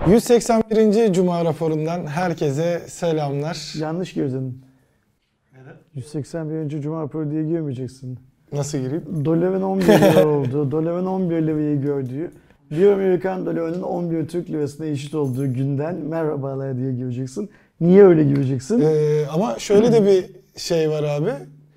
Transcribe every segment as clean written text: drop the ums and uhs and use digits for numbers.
181. Cuma raporundan herkese selamlar. Yanlış girdin. Neden? 181. Cuma raporu diye girmeyeceksin. Nasıl gireyim? Doların 11 lira oldu. Doların 11 lirayı gördüğü, bir Amerikan dolarının 11 Türk lirasına eşit olduğu günden merhabalar diye gireceksin. Niye öyle gireceksin? Ama şöyle de bir şey var abi.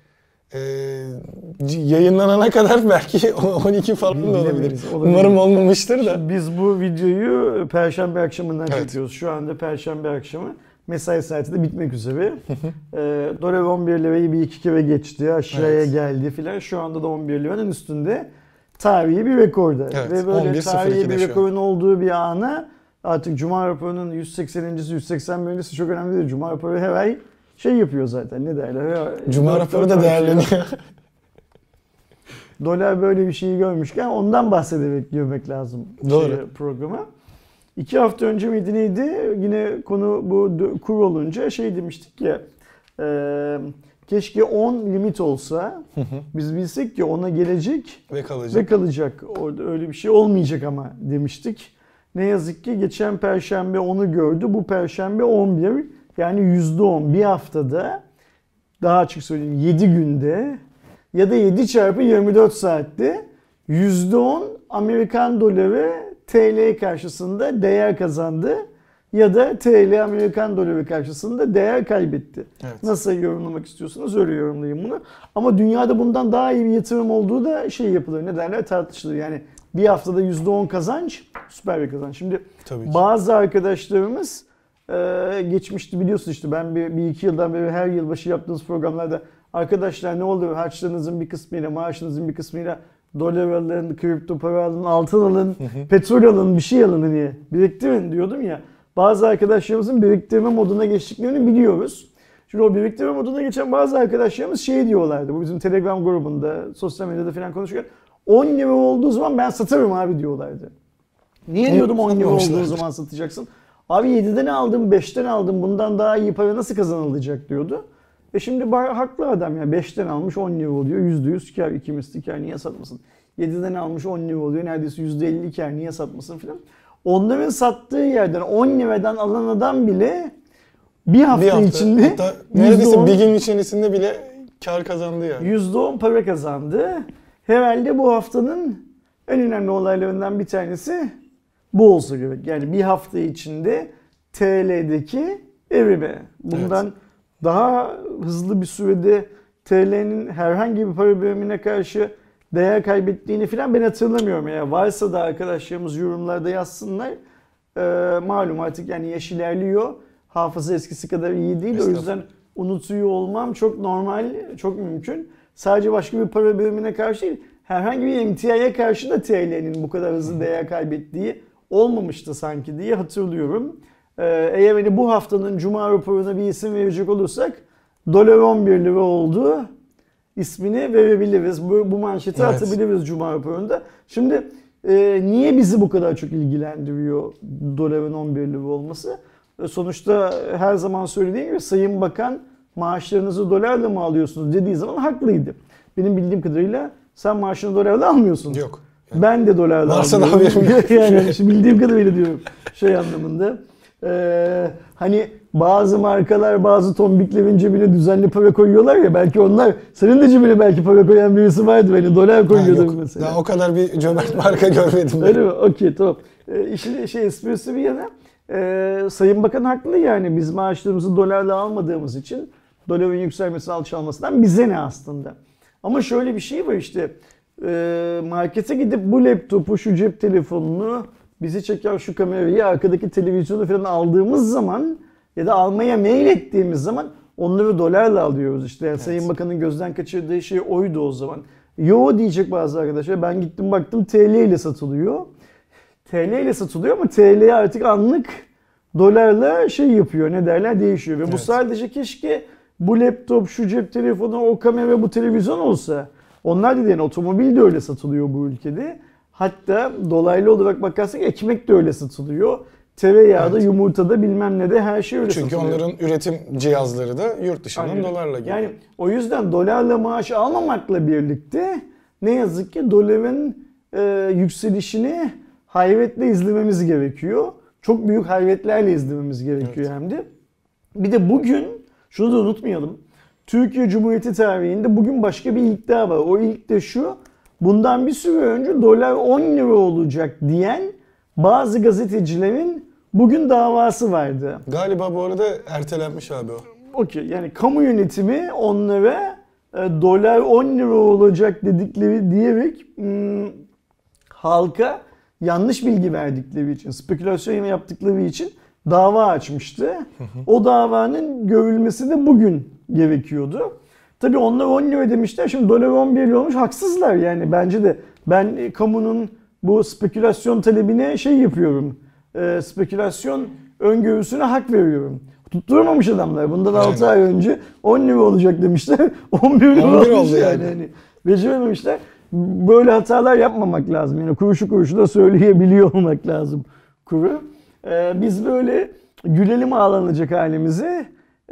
Yayınlanana kadar belki 12 falan da olabilir. Umarım olmamıştır da. Şimdi biz bu videoyu Perşembe akşamından çekiyoruz. Şu anda Perşembe akşamı. Mesai saati de bitmek üzere. Dolar 11 lirayı bir iki kere geçti. Aşağıya geldi filan. Şu anda da 11 liranın üstünde. Tarihi bir rekorda. Evet, ve böyle tarihi bir rekorun an olduğu bir ana artık Cuma raporunun 180.'si 181.'si çok önemli değil. Cuma raporu her ay şey yapıyor zaten, ne derler? Cuma raporu da değerleniyor. Dolar böyle bir şeyi görmüşken ondan bahsederek girmek lazım programa. 2 hafta önce miydi neydi? Yine konu bu kur olunca şey demiştik ya, keşke 10 limit olsa, biz bilsek ki ona gelecek ve kalacak. Öyle bir şey olmayacak ama demiştik. Ne yazık ki geçen Perşembe onu gördü. Bu Perşembe 11, yani %10 bir haftada, daha açık söyleyeyim 7 günde ya da 7 çarpı 24 saatte %10 Amerikan doları TL karşısında değer kazandı ya da TL Amerikan doları karşısında değer kaybetti. Evet. Nasıl yorumlamak istiyorsanız öyle yorumlayın bunu. Ama dünyada bundan daha iyi bir yatırım olduğu da şey yapılır. Ne derler? Tartışılır. Yani bir haftada %10 kazanç süper bir kazanç. Şimdi bazı arkadaşlarımız geçmişti biliyorsun, işte ben bir iki yıldan beri her yılbaşı yaptığımız programlarda arkadaşlar ne oldu, harçlarınızın bir kısmıyla, maaşınızın bir kısmıyla dolar alın, kripto para alın, altın alın, petrol alın, bir şey alın, hani biriktirin diyordum ya. Bazı arkadaşlarımızın biriktirme moduna geçtiklerini biliyoruz. Şimdi o biriktirme moduna geçen bazı arkadaşlarımız şey diyorlardı, bu bizim Telegram grubunda, sosyal medyada falan konuşurken, 10 lira olduğu zaman ben satarım abi diyorlardı. Niye diyordum 10 lira olduğu zaman satacaksın? Abi 7'den aldım, 5'ten aldım, bundan daha iyi para nasıl kazanılacak diyordu. Şimdi haklı adam ya, 5'ten almış 10 lira oluyor, %100 kar, iki misli kar, niye satmasın? 7'den almış 10 lira oluyor, neredeyse %50 kar, niye satmasın filan. Onların sattığı yerden 10 liradan alan adam bile bir hafta içinde hatta neredeyse bir gün içerisinde bile kar kazandı yani. %10 para kazandı. Herhalde bu haftanın en önemli olaylarından bir tanesi bu olsa gerek. Yani bir hafta içinde TL'deki erime. Bundan daha hızlı bir sürede TL'nin herhangi bir para birimine karşı değer kaybettiğini falan ben hatırlamıyorum. Yani varsa da arkadaşlarımız yorumlarda yazsınlar. Malum artık yani yaş ilerliyor. Hafıza eskisi kadar iyi değil. O yüzden unutuyor olmam çok normal, çok mümkün. Sadece başka bir para birimine karşı değil, herhangi bir emtiaya karşı da TL'nin bu kadar hızlı değer kaybettiği olmamıştı sanki diye hatırlıyorum. Eğer hani bu haftanın Cuma raporuna bir isim verecek olursak, dolar 11 lira oldu ismini verebiliriz. Bu manşeti atabiliriz Cuma raporunda. Şimdi niye bizi bu kadar çok ilgilendiriyor doların 11 lira olması? Sonuçta her zaman söylediğim gibi Sayın Bakan maaşlarınızı dolarla mı alıyorsunuz dediği zaman haklıydı. Benim bildiğim kadarıyla sen maaşını dolarla almıyorsun. Yok. Yani ben de dolarla varsa almıyorum. Varsa da haberim yok. Yani bildiğim kadarıyla diyorum şey anlamında. Hani bazı markalar bazı tombiklerin cebine düzenli para koyuyorlar ya, belki onlar, senin de cebine belki para koyan birisi vardı, beni dolar koyuyordu mesela. Daha o kadar bir cömert marka görmedim. Öyle mi? Okey, tamam. İşin esprisi bir yana, Sayın Bakan haklı, yani biz maaşlarımızı dolarla almadığımız için doların yükselmesi, alçalmasından bize ne aslında. Ama şöyle bir şey var işte, markete gidip bu laptopu, şu cep telefonunu, bizi çeken şu kamerayı, arkadaki televizyonu falan aldığımız zaman ya da almaya mail ettiğimiz zaman onları dolarla alıyoruz işte. Yani Sayın Bakan'ın gözden kaçırdığı şey oydu o zaman. Yo diyecek bazı arkadaşlar, ben gittim baktım TL ile satılıyor. TL ile satılıyor ama TL artık anlık dolarla şey yapıyor, ne derler, değişiyor. Ve bu sadece keşke bu laptop, şu cep telefonu, o kamera, bu televizyon olsa. Onlar da yani otomobil de öyle satılıyor bu ülkede. Hatta dolaylı olarak bakarsak ekmek de öyle satılıyor. Tereyağı da, yumurta da, bilmem ne de, her şey öyle satılıyor. Çünkü onların üretim cihazları da yurt dışından dolarla geliyor. Yani o yüzden dolarla maaş almamakla birlikte ne yazık ki doların yükselişini hayretle izlememiz gerekiyor. çok büyük hayretlerle izlememiz gerekiyor hem de. Bir de bugün şunu da unutmayalım. Türkiye Cumhuriyeti tarihinde bugün başka bir iddia var. O ilk de şu. Bundan bir süre önce dolar 10 lira olacak diyen bazı gazetecilerin bugün davası vardı. Galiba bu arada ertelenmiş abi o. Okey, yani kamu yönetimi onlara dolar 10 lira olacak dedikleri diyerek halka yanlış bilgi verdikleri için, spekülasyon yaptıkları için dava açmıştı. O davanın görülmesi de bugün gerekiyordu. Tabii onlar 10 lira demişler. Şimdi dolar 11 lira olmuş. Haksızlar yani bence de. Ben kamunun bu spekülasyon talebine şey yapıyorum. Spekülasyon öngörüsüne hak veriyorum. Tutturamamış adamlar. Bundan 6 ay önce 10 lira olacak demişler. 11 lira olmuş yani. Yani. Becerememişler. Böyle hatalar yapmamak lazım. Yani kuruşu kuruşu da söyleyebiliyor olmak lazım kuru. Biz böyle gülelim ağlanacak halimize.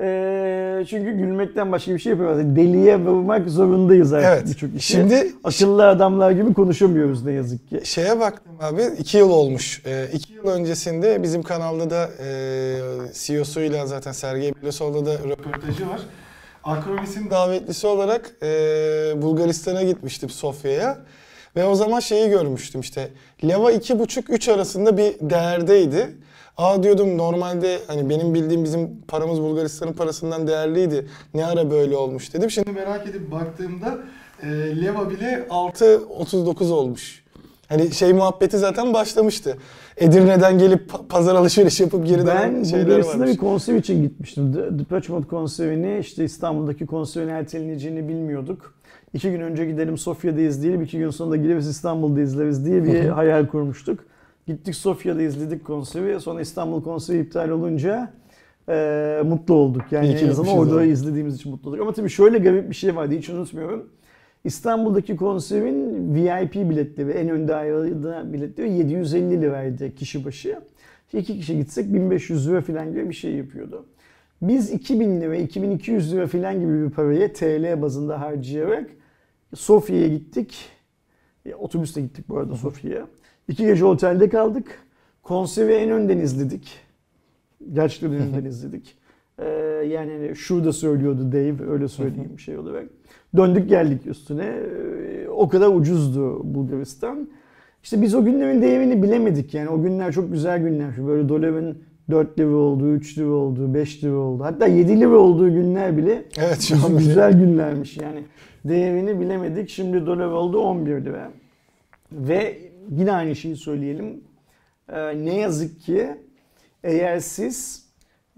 Çünkü gülmekten başka bir şey yapamıyoruz. Deliye vurmak zorundayız artık birçok işi. Şimdi akıllı adamlar gibi konuşamıyoruz ne yazık ki. Şeye baktım abi, 2 yıl olmuş. 2 yıl öncesinde bizim kanalda da CEO'suyla zaten Sergey Belosov'la da röportajı var. Akromis'in davetlisi olarak Bulgaristan'a gitmiştim, Sofya'ya. Ve o zaman şeyi görmüştüm işte. Leva 2,5-3 arasında bir değerdeydi. Diyordum normalde hani benim bildiğim bizim paramız Bulgaristan'ın parasından değerliydi. Ne ara böyle olmuş dedim. Şimdi merak edip baktığımda Leva bile 6,39 olmuş. Hani şey muhabbeti zaten başlamıştı. Edirne'den gelip pazar alışveriş yapıp geri dönen şeyler varmış. Ben Bulgaristan'a bir konser için gitmiştim. Depeche Mode konserini, işte İstanbul'daki konserin erteleneceğini bilmiyorduk. 2 gün önce gidelim Sofya'da izleyelim, 2 gün sonra gideriz İstanbul'da izleriz diye bir hayal kurmuştuk. Gittik Sofya'da izledik konseri. Sonra İstanbul konseri iptal olunca mutlu olduk. Yani en azından orada izlediğimiz için mutlu olduk. Ama tabii şöyle garip bir şey vardı, hiç unutmuyorum. İstanbul'daki konserin VIP biletleri, en önde ayrıldığı biletleri 750 liraydı kişi başı. 2 kişi gitsek 1500 lira falan gibi bir şey yapıyordu. Biz 2000 lira, 2200 lira falan gibi bir parayı TL bazında harcayarak Sofya'ya gittik. Otobüsle gittik bu arada Sofya'ya. 2 gece otelde kaldık. Konseri en önden izledik. Gerçekten en önden izledik. Yani şurada söylüyordu Dave, öyle söyleyeyim bir şey olarak. Döndük geldik üstüne. O kadar ucuzdu Bulgaristan. İşte biz o günlerin değerini bilemedik yani. O günler çok güzel günler. Böyle doların 4 lira olduğu, 3 lira olduğu, 5 lira olduğu, hatta 7 lira olduğu günler bile güzel günlermiş yani. Değerini bilemedik. Şimdi dolar oldu 11 lira. Ve yine aynı şeyi söyleyelim. Ne yazık ki eğer siz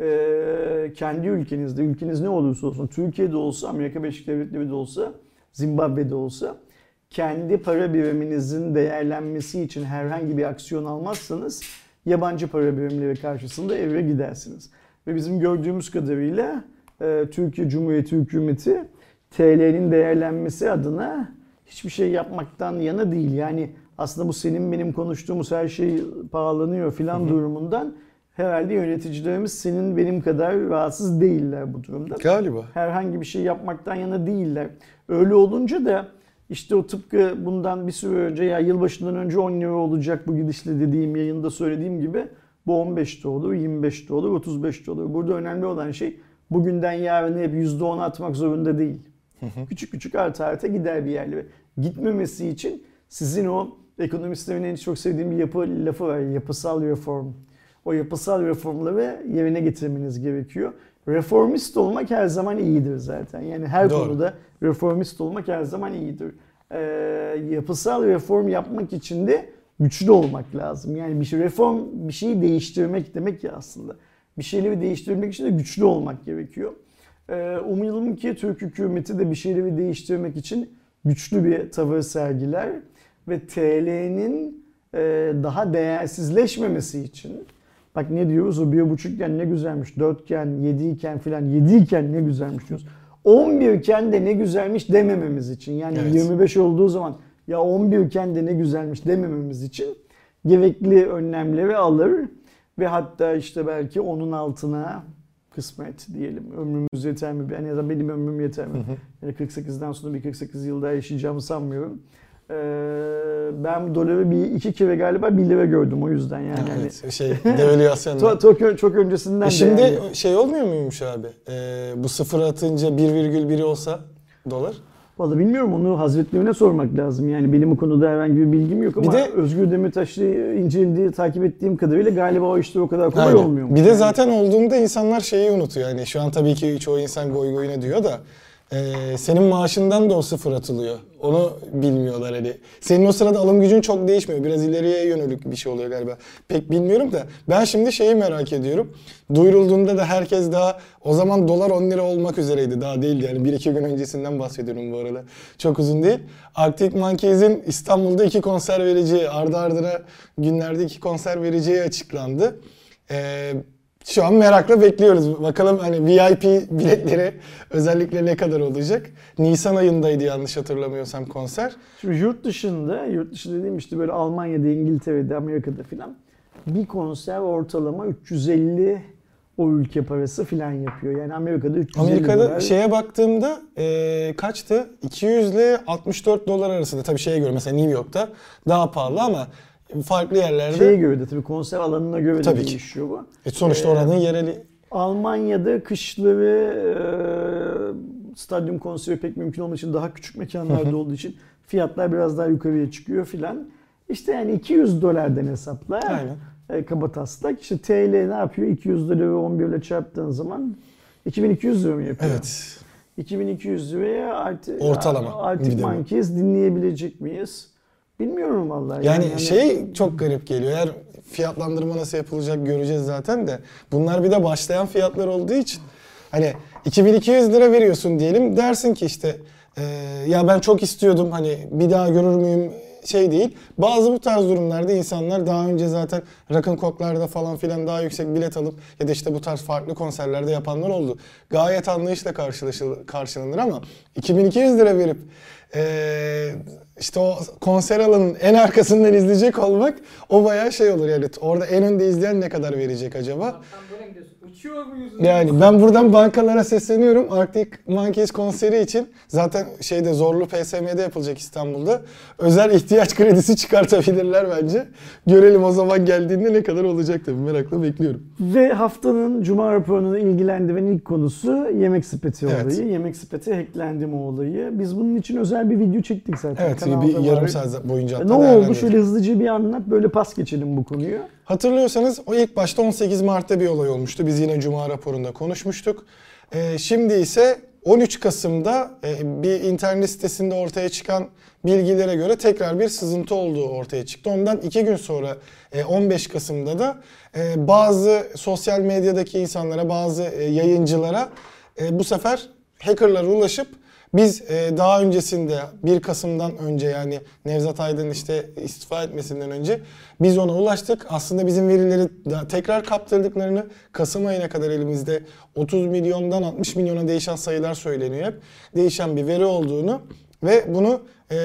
kendi ülkenizde, ülkeniz ne olursa olsun, Türkiye'de olsa, Amerika Birleşik Devletleri'de olsa, Zimbabwe'de olsa, kendi para biriminizin değerlenmesi için herhangi bir aksiyon almazsanız yabancı para birimleri karşısında evre gidersiniz. Ve bizim gördüğümüz kadarıyla Türkiye Cumhuriyeti hükümeti TL'nin değerlenmesi adına hiçbir şey yapmaktan yana değil. Yani aslında bu senin benim konuştuğumuz her şey pahalanıyor filan durumundan herhalde yöneticilerimiz senin benim kadar rahatsız değiller bu durumda. Galiba. Herhangi bir şey yapmaktan yana değiller. Öyle olunca da işte o tıpkı bundan bir süre önce ya yılbaşından önce 10 lira olacak bu gidişle dediğim yayında söylediğim gibi bu 15 de olur, 25 de olur, 35 de olur. Burada önemli olan şey bugünden yarına hep %10 atmak zorunda değil. Küçük küçük arta gider bir yerlere. Gitmemesi için sizin o ekonomistlerin en çok sevdiğim bir lafı var. Yapısal reform. O yapısal reformları yerine getirmeniz gerekiyor. Reformist olmak her zaman iyidir zaten. Yani her konuda reformist olmak her zaman iyidir. Yapısal reform yapmak için de güçlü olmak lazım. Yani reform bir şeyi değiştirmek demek ya aslında. Bir şeyleri değiştirmek için de güçlü olmak gerekiyor. Umalım ki Türk hükümeti de bir şeyleri değiştirmek için güçlü bir tavır sergiler ve TL'nin daha değersizleşmemesi için, bak ne diyoruz, o 1,5 iken ne güzelmiş, 4 iken, 7 iken filan, 7 iken ne güzelmiş diyoruz. 11 iken de ne güzelmiş demememiz için, yani 25 olduğu zaman ya 11 iken de ne güzelmiş demememiz için gerekli önlemleri alır ve hatta işte belki onun altına kısmet diyelim. Ömrümüz yeter mi? Yani ya da benim ömrüm yeter mi? Yani 48'den sonra bir 48 yıl daha yaşayacağımı sanmıyorum. Ben doları iki kere galiba 1 lira gördüm o yüzden yani. Evet, devalüasyonda. Çok öncesinden de şimdi yani. şey olmuyor muymuş abi? Bu sıfır atınca 1,1 olsa dolar? Vallahi bilmiyorum, onu hazretlerine sormak lazım. Yani benim bu konuda herhangi bir bilgim yok ama Özgür Demirtaş'ı incelediği, takip ettiğim kadarıyla galiba o işte o kadar kolay olmuyor. Bir de zaten olduğunda insanlar şeyi unutuyor. Yani şu an tabii ki çoğu insan goy goyuna diyor da senin maaşından da o sıfır atılıyor. Onu bilmiyorlar hani. Senin o sırada alım gücün çok değişmiyor. Biraz ileriye yönelik bir şey oluyor galiba. Pek bilmiyorum da ben şimdi şeyi merak ediyorum. Duyurulduğunda da herkes daha o zaman dolar 10 lira olmak üzereydi. Daha değildi yani 1-2 gün öncesinden bahsediyorum bu arada. Çok uzun değil. Arctic Monkeys'in İstanbul'da 2 konser vereceği, ardı ardına günlerde 2 konser vereceği açıklandı. Şu an merakla bekliyoruz. Bakalım hani VIP biletleri özellikle ne kadar olacak? Nisan ayındaydı yanlış hatırlamıyorsam konser. Şimdi yurt dışı dediğim işte böyle Almanya'da, İngiltere'de, Amerika'da filan bir konser ortalama 350 o ülke parası filan yapıyor. Yani Amerika'da 350 Amerika'da dolar. şeye baktığımda kaçtı? 200 ile 64 dolar arasında. Tabii şeye göre mesela New York'ta daha pahalı ama farklı yerlerde. Şeye göre de tabii konser alanına göre de tabii değişiyor bu. Sonuçta oranın yereli. Almanya'da kışları stadyum konseri pek mümkün olmadığı için, daha küçük mekanlarda olduğu için fiyatlar biraz daha yukarıya çıkıyor filan. İşte yani 200 dolardan hesapla. Aynen. Kabataslak. İşte TL ne yapıyor? 200 doları 11 ile çarptığın zaman 2200 lira mı yapıyor? Evet. 2200 liraya ortalama. Arctic Monkeys dinleyebilecek miyiz? Bilmiyorum vallahi. Yani şey çok garip geliyor. Eğer fiyatlandırma nasıl yapılacak göreceğiz zaten de. Bunlar bir de başlayan fiyatlar olduğu için hani 2200 lira veriyorsun diyelim, dersin ki işte ya ben çok istiyordum, hani bir daha görür müyüm şey değil. Bazı bu tarz durumlarda insanlar daha önce zaten Rock'n'Coke'larda falan filan daha yüksek bilet alıp ya da işte bu tarz farklı konserlerde yapanlar oldu. Gayet anlayışla karşılanır ama 2200 lira verip işte o konser alanının en arkasından izleyecek olmak, o bayağı şey olur yani. Orada en önde izleyen ne kadar verecek acaba? Sen böyle mi diyorsun? Uçuyor muyuz? Yani ben buradan bankalara sesleniyorum. Arctic Monkeys konseri için zaten şeyde Zorlu PSM'de yapılacak İstanbul'da. Özel ihtiyaç kredisi çıkartabilirler bence. Görelim o zaman geldiğinde ne kadar olacak tabii, merakla bekliyorum. Ve haftanın Cuma raporunu ilgilendiren ilk konusu Yemek Sepeti olayı. Evet. Yemek Sepeti hacklendi mi olayı. Biz bunun için özel bir video çektik zaten. Evet, Kanalda bir yarım var. saat boyunca hatta Ne oldu? değerlendirdik. Şöyle hızlıca bir anlat, böyle pas geçelim bu konuyu. Hatırlıyorsanız o ilk başta 18 Mart'ta bir olay olmuştu. Biz yine Cuma raporunda konuşmuştuk. Şimdi ise 13 Kasım'da bir internet sitesinde ortaya çıkan bilgilere göre tekrar bir sızıntı olduğu ortaya çıktı. Ondan 2 gün sonra 15 Kasım'da da bazı sosyal medyadaki insanlara, bazı yayıncılara bu sefer hackerlar ulaşıp biz daha öncesinde 1 Kasım'dan önce, yani Nevzat Aydın işte istifa etmesinden önce biz ona ulaştık. Aslında bizim verileri tekrar kaptırdıklarını, Kasım ayına kadar elimizde 30 milyondan 60 milyona değişen sayılar söyleniyor hep. Değişen bir veri olduğunu ve bunu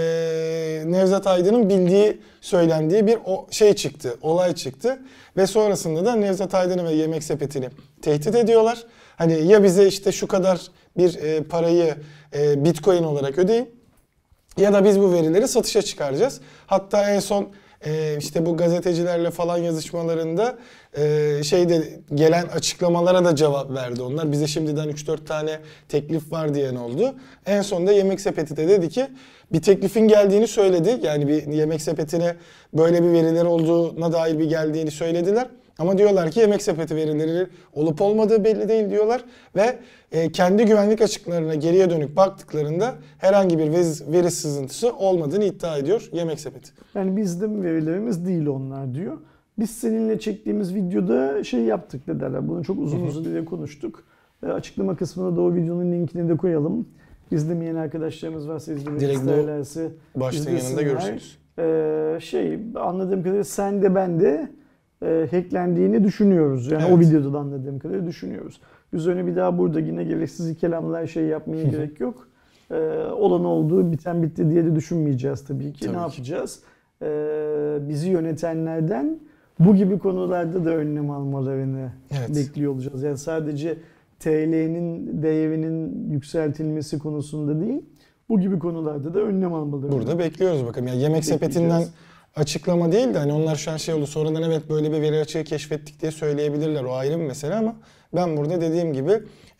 Nevzat Aydın'ın bildiği, söylendiği bir şey çıktı, olay çıktı. Ve sonrasında da Nevzat Aydın'ı ve Yemek Sepeti'ni tehdit ediyorlar. Hani ya bize işte şu kadar bir parayı Bitcoin olarak ödeyin ya da biz bu verileri satışa çıkaracağız. Hatta en son işte bu gazetecilerle falan yazışmalarında şeyde gelen açıklamalara da cevap verdi onlar. Bize şimdiden 3-4 tane teklif var diyen oldu. En sonunda Yemek Sepeti de dedi ki bir teklifin geldiğini söyledi. Yani bir Yemek Sepeti'ne böyle bir veriler olduğuna dair bir geldiğini söylediler. Ama diyorlar ki Yemek Sepeti verileri olup olmadığı belli değil diyorlar ve kendi güvenlik açıklarına geriye dönük baktıklarında herhangi bir veri sızıntısı olmadığını iddia ediyor Yemek Sepeti. Yani bizim verilerimiz değil onlar diyor. Biz seninle çektiğimiz videoda şey yaptık dediler. Bunu çok uzun diye konuştuk. Açıklama kısmına da o videonun linkini de koyalım. İzlemeyen arkadaşlarımız varsa izlemek isterlerse başlığın yanında görürsünüz. Anladığım kadarıyla sen de ben de hacklendiğini düşünüyoruz. Yani evet. O videoda da anladığım kadarıyla düşünüyoruz. Üzerine bir daha burada yine gereksiz kelamlar yapmaya gerek yok. Olan olduğu, biten bitti diye de düşünmeyeceğiz tabii ki. Ne yapacağız? Bizi yönetenlerden bu gibi konularda da önlem almalarını bekliyor olacağız. Yani sadece TL'nin değerinin yükseltilmesi konusunda değil, Bu gibi konularda da önlem almaları. Burada bekliyoruz bakalım. Yani yemek sepetinden açıklama değil de hani onlar şu an şey oldu sonradan evet böyle bir veri açığı keşfettik diye söyleyebilirler. O ayrı bir mesele ama ben burada dediğim gibi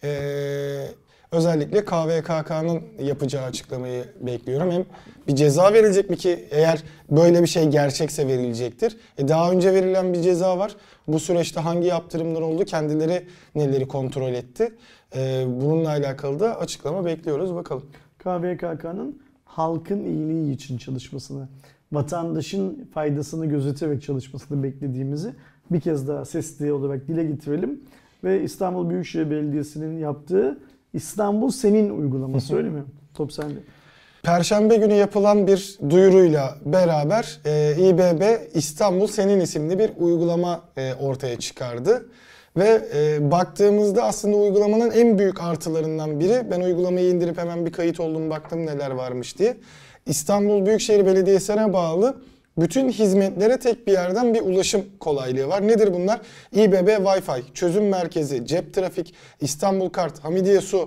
özellikle KVKK'nın yapacağı açıklamayı bekliyorum. Hem bir ceza verilecek mi ki eğer böyle bir şey gerçekse verilecektir. Daha önce verilen bir ceza var. Bu süreçte hangi yaptırımlar oldu, kendileri neleri kontrol etti. Bununla alakalı da açıklama bekliyoruz bakalım. KVKK'nın halkın iyiliği için çalışmasını, vatandaşın faydasını gözeterek çalışmasını beklediğimizi bir kez daha sesli olarak dile getirelim. Ve İstanbul Büyükşehir Belediyesi'nin yaptığı İstanbul Senin uygulaması öyle mi? Top sende. Perşembe günü yapılan bir duyuruyla beraber İBB İstanbul Senin isimli bir uygulama ortaya çıkardı. Ve baktığımızda aslında uygulamanın en büyük artılarından biri, ben uygulamayı indirip hemen bir kayıt oldum baktım neler varmış diye. İstanbul Büyükşehir Belediyesi'ne bağlı bütün hizmetlere tek bir yerden bir ulaşım kolaylığı var. Nedir bunlar? İBB Wi-Fi, çözüm merkezi, cep trafik, İstanbul Kart, Hamidiye Su,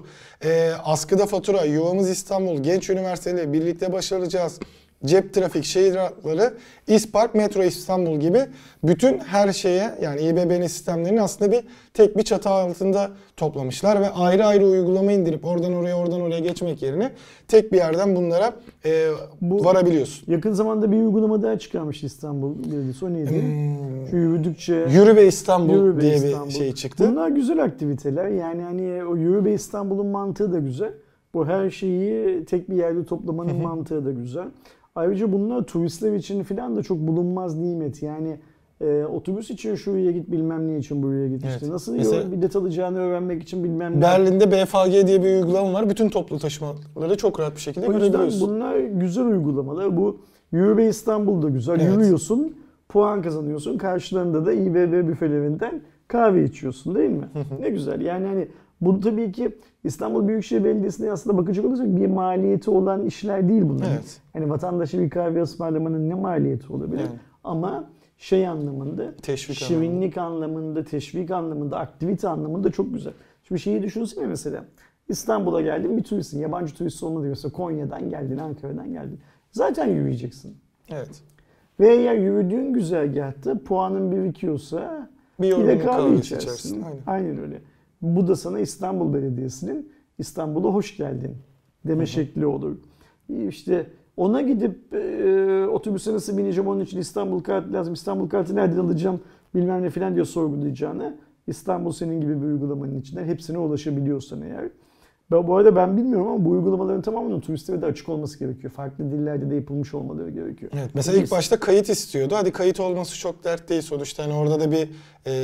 askıda fatura, Yuvamız İstanbul, Genç Üniversiteli, Birlikte Başaracağız, cep trafik, şehir hatları, İspark, Metro İstanbul gibi bütün her şeye yani İBB'nin sistemlerini aslında tek bir çatı altında toplamışlar ve ayrı ayrı uygulama indirip oradan oraya geçmek yerine tek bir yerden bunlara varabiliyorsun. Yakın zamanda bir uygulama daha çıkarmış İstanbul Belediyesi. O neydi? Şu yürüdükçe... Yürü be İstanbul diye bir şey çıktı. Bunlar güzel aktiviteler. Yani hani o Yürü be İstanbul'un mantığı da güzel. Bu her şeyi tek bir yerde toplamanın mantığı da güzel. Ayrıca bunlar turistler için falan da çok bulunmaz nimet. Yani otobüs için şuraya git bilmem ne için buraya git işte. Nasıl bilet alacağını öğrenmek için bilmem ne. Berlin'de BVG diye bir uygulama var. Bütün toplu taşımaları çok rahat bir şekilde görebiliyorsun. O yüzden bunlar güzel uygulamalar. Bu Yürü be İstanbul'da güzel. Evet. Yürüyorsun, puan kazanıyorsun. Karşılarında da İBB büfelerinden kahve içiyorsun değil mi? Ne güzel. Yani hani bu tabii ki İstanbul Büyükşehir Belediyesi'ne aslında bakacak olursak bir maliyeti olan işler değil bunlar. Evet. Hani vatandaşa bir kahve ısmarlamanın ne maliyeti olabilir? Evet. Ama şey anlamında, şirinlik anlamında, teşvik anlamında, aktivite anlamında çok güzel. Şimdi şeyi düşünsene mesela. İstanbul'a geldin bir turistsin. Yabancı turist olmadı mesela Konya'dan geldin, Ankara'dan geldin. Zaten yürüyeceksin. Evet. Ve eğer yürüdüğün güzergahta puanın birikiyorsa bir de kahve içersin. Aynen öyle. Bu da sana İstanbul Belediyesi'nin İstanbul'a hoş geldin deme şekli olur. İşte ona gidip otobüse nasıl bineceğim onun için İstanbul kartı lazım. İstanbul kartı nereden alacağım bilmem ne falan diye sorgulayacağını İstanbul Senin gibi bir uygulamanın içinden hepsine ulaşabiliyorsan eğer. Bu arada ben bilmiyorum ama bu uygulamaların tamamının turistlere de açık olması gerekiyor. Farklı dillerde de yapılmış olmaları gerekiyor. Evet, mesela ilk başta kayıt istiyordu. Hadi kayıt olması çok dert değil sonuçta. Yani orada da bir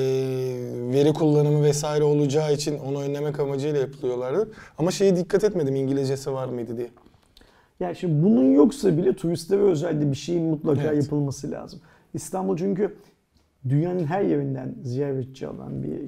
veri kullanımı vesaire olacağı için onu önlemek amacıyla yapılıyorlardı. Ama şeye dikkat etmedim İngilizcesi var mıydı diye. Yani şimdi bunun yoksa bile turistlere özel bir şeyin mutlaka yapılması lazım. İstanbul çünkü dünyanın her yerinden ziyaretçi alan bir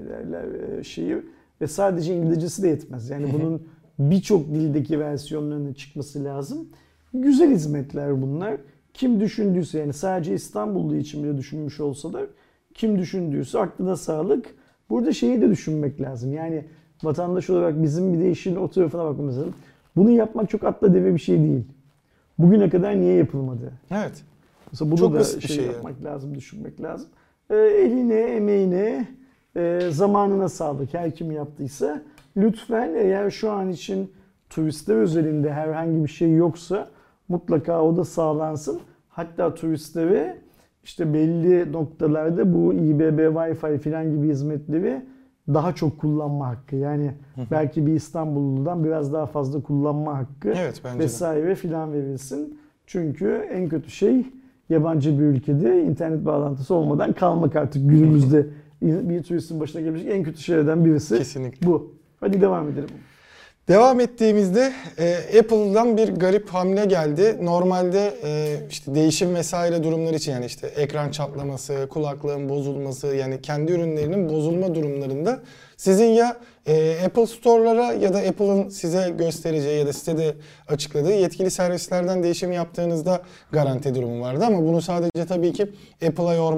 şehir. Ve sadece İngilizcesi de yetmez. Yani bunun birçok dildeki versiyonlarının çıkması lazım. Güzel hizmetler bunlar. Kim düşündüyse yani sadece İstanbullu için bile düşünmüş olsalar kim düşündüyse aklına sağlık. Burada şeyi de düşünmek lazım. Yani vatandaş olarak bizim bir de işin o tarafına bakmamız lazım. Bunu yapmak çok atla deve bir şey değil. Bugüne kadar niye yapılmadı? Evet. Mesela bunu çok da yapmak lazım, düşünmek lazım. Eline, emeğine, zamanına sağlık her kim yaptıysa. Lütfen eğer şu an için turistler özelinde herhangi bir şey yoksa mutlaka o da sağlansın. Hatta turistlere işte belli noktalarda bu İBB Wi-Fi falan gibi hizmetleri daha çok kullanma hakkı. Yani belki bir İstanbulludan biraz daha fazla kullanma hakkı vesaire filan verilsin. Çünkü en kötü şey yabancı bir ülkede internet bağlantısı olmadan kalmak artık günümüzde. Bir turistin başına gelebilecek en kötü şeylerden birisi. Kesinlikle. Bu. Hadi devam edelim. Devam ettiğimizde Apple'dan bir garip hamle geldi. Normalde işte değişim vesaire durumları için yani işte ekran çatlaması, kulaklığın bozulması yani kendi ürünlerinin bozulma durumlarında sizin ya Apple Store'lara ya da Apple'ın size göstereceği ya da sitede açıkladığı yetkili servislerden değişim yaptığınızda garanti durumu vardı ama bunu sadece tabii ki Apple'a yormak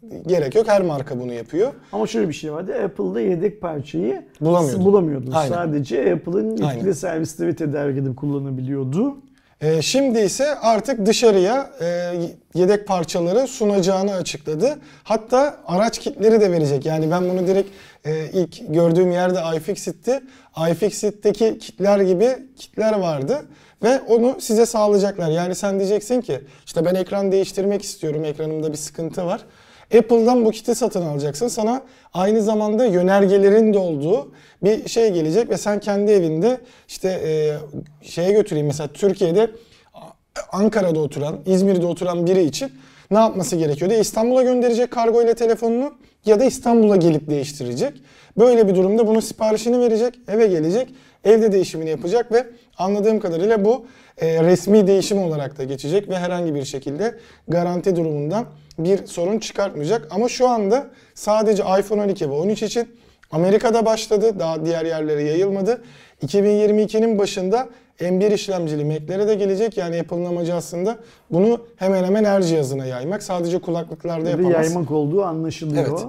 gerek yok. Her marka bunu yapıyor. Ama şöyle bir şey vardı. Apple'da yedek parçayı Bulamıyordun. Aynen. Sadece Apple'ın yetkili Aynen. servisleri tedarik edip kullanabiliyordu. Şimdi ise artık dışarıya yedek parçaları sunacağını açıkladı. Hatta araç kitleri de verecek. Yani ben bunu direkt ilk gördüğüm yerde iFixit'ti. iFixit'teki kitler gibi kitler vardı. Ve onu size sağlayacaklar. Yani sen diyeceksin ki işte ben ekran değiştirmek istiyorum. Ekranımda bir sıkıntı var. Apple'dan bu kiti satın alacaksın. Sana aynı zamanda yönergelerin de olduğu bir şey gelecek ve sen kendi evinde işte şeye götüreyim, mesela Türkiye'de Ankara'da oturan, İzmir'de oturan biri için ne yapması gerekiyor diye İstanbul'a gönderecek kargo ile telefonunu ya da İstanbul'a gelip değiştirecek. Böyle bir durumda bunun siparişini verecek, eve gelecek, evde değişimini yapacak ve anladığım kadarıyla bu resmi değişim olarak da geçecek ve herhangi bir şekilde garanti durumundan bir sorun çıkartmayacak. Ama şu anda sadece iPhone 12 ve 13 için Amerika'da başladı, daha diğer yerlere yayılmadı. 2022'nin başında M1 işlemcili Mac'lere de gelecek. Yani Apple'ın amacı aslında bunu hemen hemen her cihazına yaymak. Sadece kulaklıklarda yapamaz. Yaymak olduğu anlaşılıyor. Evet.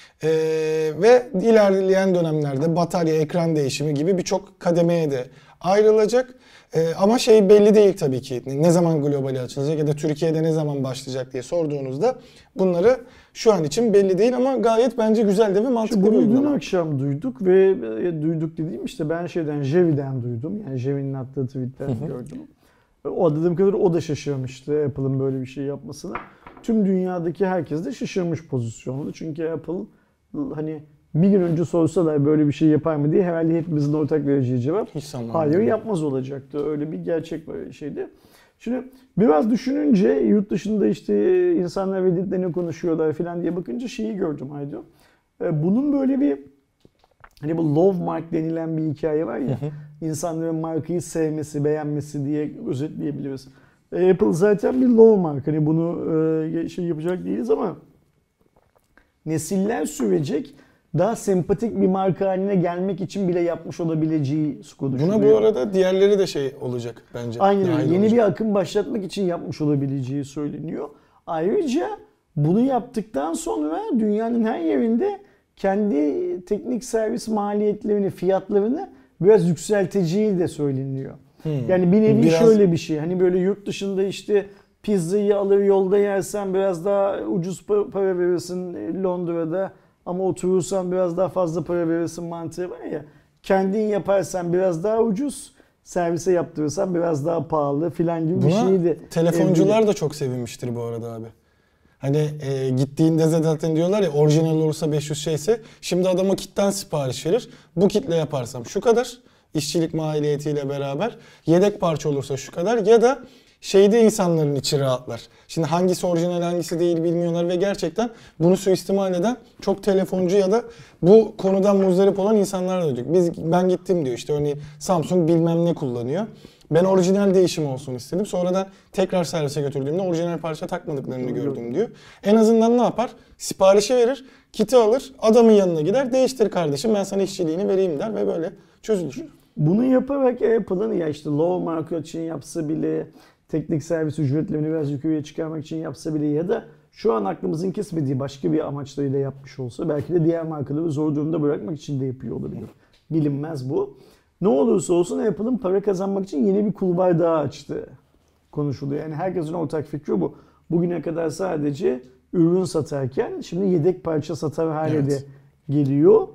Ve ilerleyen dönemlerde batarya, ekran değişimi gibi birçok kademeye de ayrılacak. Ama şey belli değil tabii ki. Ne zaman globali açılacak ya da Türkiye'de ne zaman başlayacak diye sorduğunuzda bunları şu an için belli değil ama gayet bence güzel de ve mantıklı bir Bunu dün uygulama. akşam duyduk ve duyduk dediğim işte ben Jevi'den duydum. Yani Jevi'nin attığı tweetten gördüm. O adadığım kadar o da şaşırmıştı Apple'ın böyle bir şey yapmasına. Tüm dünyadaki herkes de şaşırmış pozisyonda. Çünkü Apple hani bir gün önce sorsalar böyle bir şey yapar mı diye herhalde hepimizin ortak vereceği cevap Hiç sanmam. hayır yapmaz olacaktı. Öyle bir gerçek böyle şeydi. Şimdi biraz düşününce yurt dışında işte insanlar Reddit'te ne konuşuyorlar falan diye bakınca şeyi gördüm Aydo. Bunun böyle bir hani bu love mark denilen bir hikaye var ya. İnsanların markayı sevmesi, beğenmesi diye özetleyebiliriz. Apple zaten bir love mark. Hani bunu şey yapacak değiliz ama nesiller sürecek daha sempatik bir marka haline gelmek için bile yapmış olabileceği konuşuluyor. Buna bu arada diğerleri de şey olacak bence. Aynen öyle. Yeni olacak. bir akım başlatmak için yapmış olabileceği söyleniyor. Ayrıca bunu yaptıktan sonra dünyanın her yerinde kendi teknik servis maliyetlerini, fiyatlarını biraz yükselteceği de söyleniyor. Yani bir nevi şöyle bir şey. Hani böyle yurt dışında işte pizzayı alır yolda yersen biraz daha ucuz para verirsin Londra'da ama oturursan biraz daha fazla para verirsin mantığı var ya. Kendin yaparsan biraz daha ucuz, servise yaptırırsan biraz daha pahalı filan gibi bir şey de. Telefoncular da çok sevinmiştir bu arada abi. Hani gittiğinde zaten diyorlar ya orijinal olursa 500 şeyse şimdi adama kitten sipariş verir. Bu kitle yaparsam şu kadar işçilik maliyetiyle beraber yedek parça olursa şu kadar ya da şeyde insanların içi rahatlar. Şimdi hangisi orijinal hangisi değil bilmiyorlar ve gerçekten bunu suistimal eden çok telefoncu ya da bu konudan muzdarip olan insanlar da duyduk. Ben gittim diyor işte örneğin Samsung bilmem ne kullanıyor. Ben orijinal değişim olsun istedim. Sonradan tekrar servise götürdüğümde orijinal parça takmadıklarını gördüm diyor. En azından ne yapar? Siparişi verir, kiti alır, adamın yanına gider. Değiştir kardeşim ben sana işçiliğini vereyim der ve böyle çözülür. Bunu yaparak Apple'ın ya işte low market için yapsa bile teknik servis ücretlerini biraz yukarıya çıkarmak için yapsa bile ya da şu an aklımızın kesmediği başka bir amaçlarıyla yapmış olsa belki de diğer markaları zor durumda bırakmak için de yapıyor olabilir. Bilinmez bu. Ne olursa olsun Apple'ın para kazanmak için yeni bir kulvar daha açtı konuşuluyor. Yani herkesin ortak fikri bu. Bugüne kadar sadece ürün satarken şimdi yedek parça satar hale de geliyor.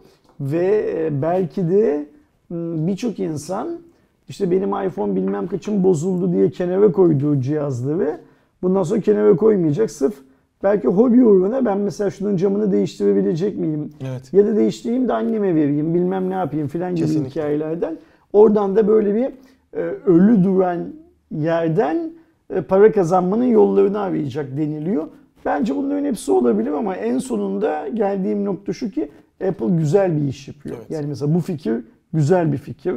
Ve belki de birçok insan işte benim iPhone bilmem kaçım bozuldu diye kenara koyduğu cihazları bundan sonra kenara koymayacak. Sırf belki hobi uğruna ben mesela şunun camını değiştirebilecek miyim? Evet. Ya da değiştireyim de anneme vereyim bilmem ne yapayım filan gibi hikayelerden. Oradan da böyle bir ölü duran yerden para kazanmanın yollarını arayacak deniliyor. Bence bunların hepsi olabilir ama en sonunda geldiğim nokta şu ki Apple güzel bir iş yapıyor. Evet. Yani mesela bu fikir güzel bir fikir.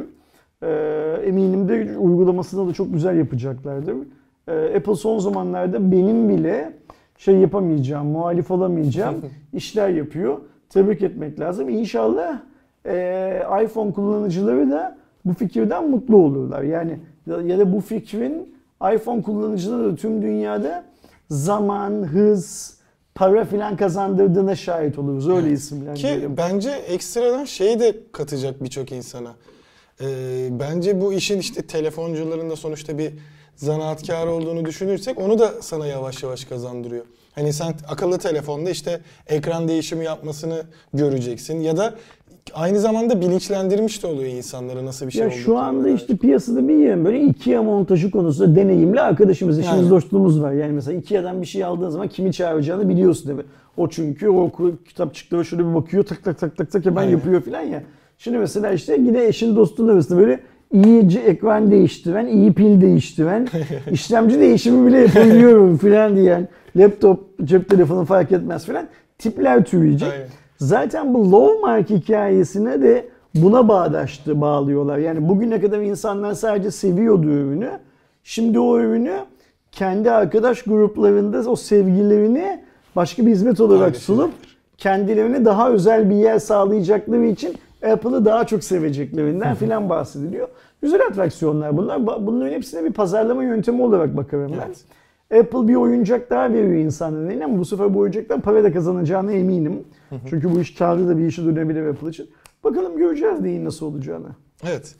Eminim de uygulamasını da çok güzel yapacaklardır. Apple son zamanlarda benim bile şey yapamayacağım, muhalif olamayacağım işler yapıyor. Tebrik etmek lazım. İnşallah iPhone kullanıcıları da bu fikirden mutlu olurlar. Yani ya da bu fikrin iPhone kullanıcıları da tüm dünyada zaman, hız, para filan kazandırdığına şahit oluruz. Öyle Ki isimlendirelim. bence ekstradan şeyi de katacak birçok insana. Bence bu işin işte telefoncuların da sonuçta bir zanaatkar olduğunu düşünürsek onu da sana yavaş yavaş kazandırıyor. Hani sen akıllı telefonda işte ekran değişimi yapmasını göreceksin ya da aynı zamanda bilinçlendirmiş de oluyor insanlara nasıl bir şey Ya olduğunu. şu anda işte piyasada bir yerim böyle IKEA montajı konusunda deneyimli arkadaşımız, işimiz, Yani. dostluğumuz var. Yani mesela IKEA'dan bir şey aldığın zaman kimi çağıracağını biliyorsun değil mi? O çünkü o kitapçıklara şöyle bir bakıyor, tak tak tak tak tak hemen Aynen. yapıyor falan ya. Şimdi mesela işte yine eşin dostun arasında böyle iyi ekran değiştiren, iyi pil değiştiren, işlemci değişimi bile yapabiliyorum falan diyen, laptop, cep telefonu fark etmez falan tipler türeyecek. Aynen. Zaten bu low mark hikayesine de buna bağlıyorlar. Yani bugüne kadar insanlar sadece seviyordu ürünü. Şimdi o ürünü kendi arkadaş gruplarında o sevgilerini başka bir hizmet olarak Paylaşacaklar. sunup kendilerine daha özel bir yer sağlayacakları için Apple'ı daha çok seveceklerinden filan bahsediliyor. Güzel atraksiyonlar bunlar. Bunların hepsine bir pazarlama yöntemi olarak bakarım ben. Evet. Apple bir oyuncak daha veriyor insanların eline ama bu sefer bu oyuncaktan para da kazanacağına eminim. Çünkü bu iş karlı da bir işe dönebilir Apple için. Bakalım göreceğiz neyin nasıl olacağını. Evet.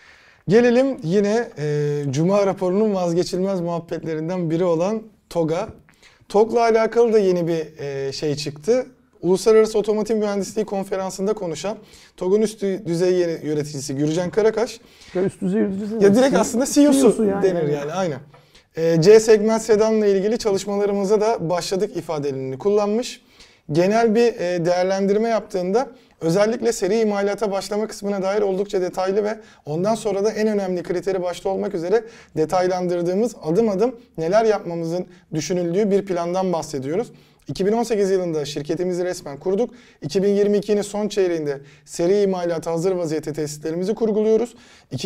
Gelelim yine Cuma raporunun vazgeçilmez muhabbetlerinden biri olan TOG'a. TOG'la alakalı da yeni bir şey çıktı. Uluslararası Otomotiv Mühendisliği Konferansı'nda konuşan TOG'un üst düzey yöneticisi Gürcan Karakaş. Ya üst düzey yöneticisi Ya direkt aslında CEO'su yani. denir yani aynen. C segment sedanla ilgili çalışmalarımıza da başladık ifadelerini kullanmış. Genel bir değerlendirme yaptığında özellikle seri imalata başlama kısmına dair oldukça detaylı ve ondan sonra da en önemli kriteri başta olmak üzere detaylandırdığımız adım adım neler yapmamızın düşünüldüğü bir plandan bahsediyoruz. 2018 yılında şirketimizi resmen kurduk. 2022'nin son çeyreğinde seri imalata hazır vaziyette tesislerimizi kurguluyoruz.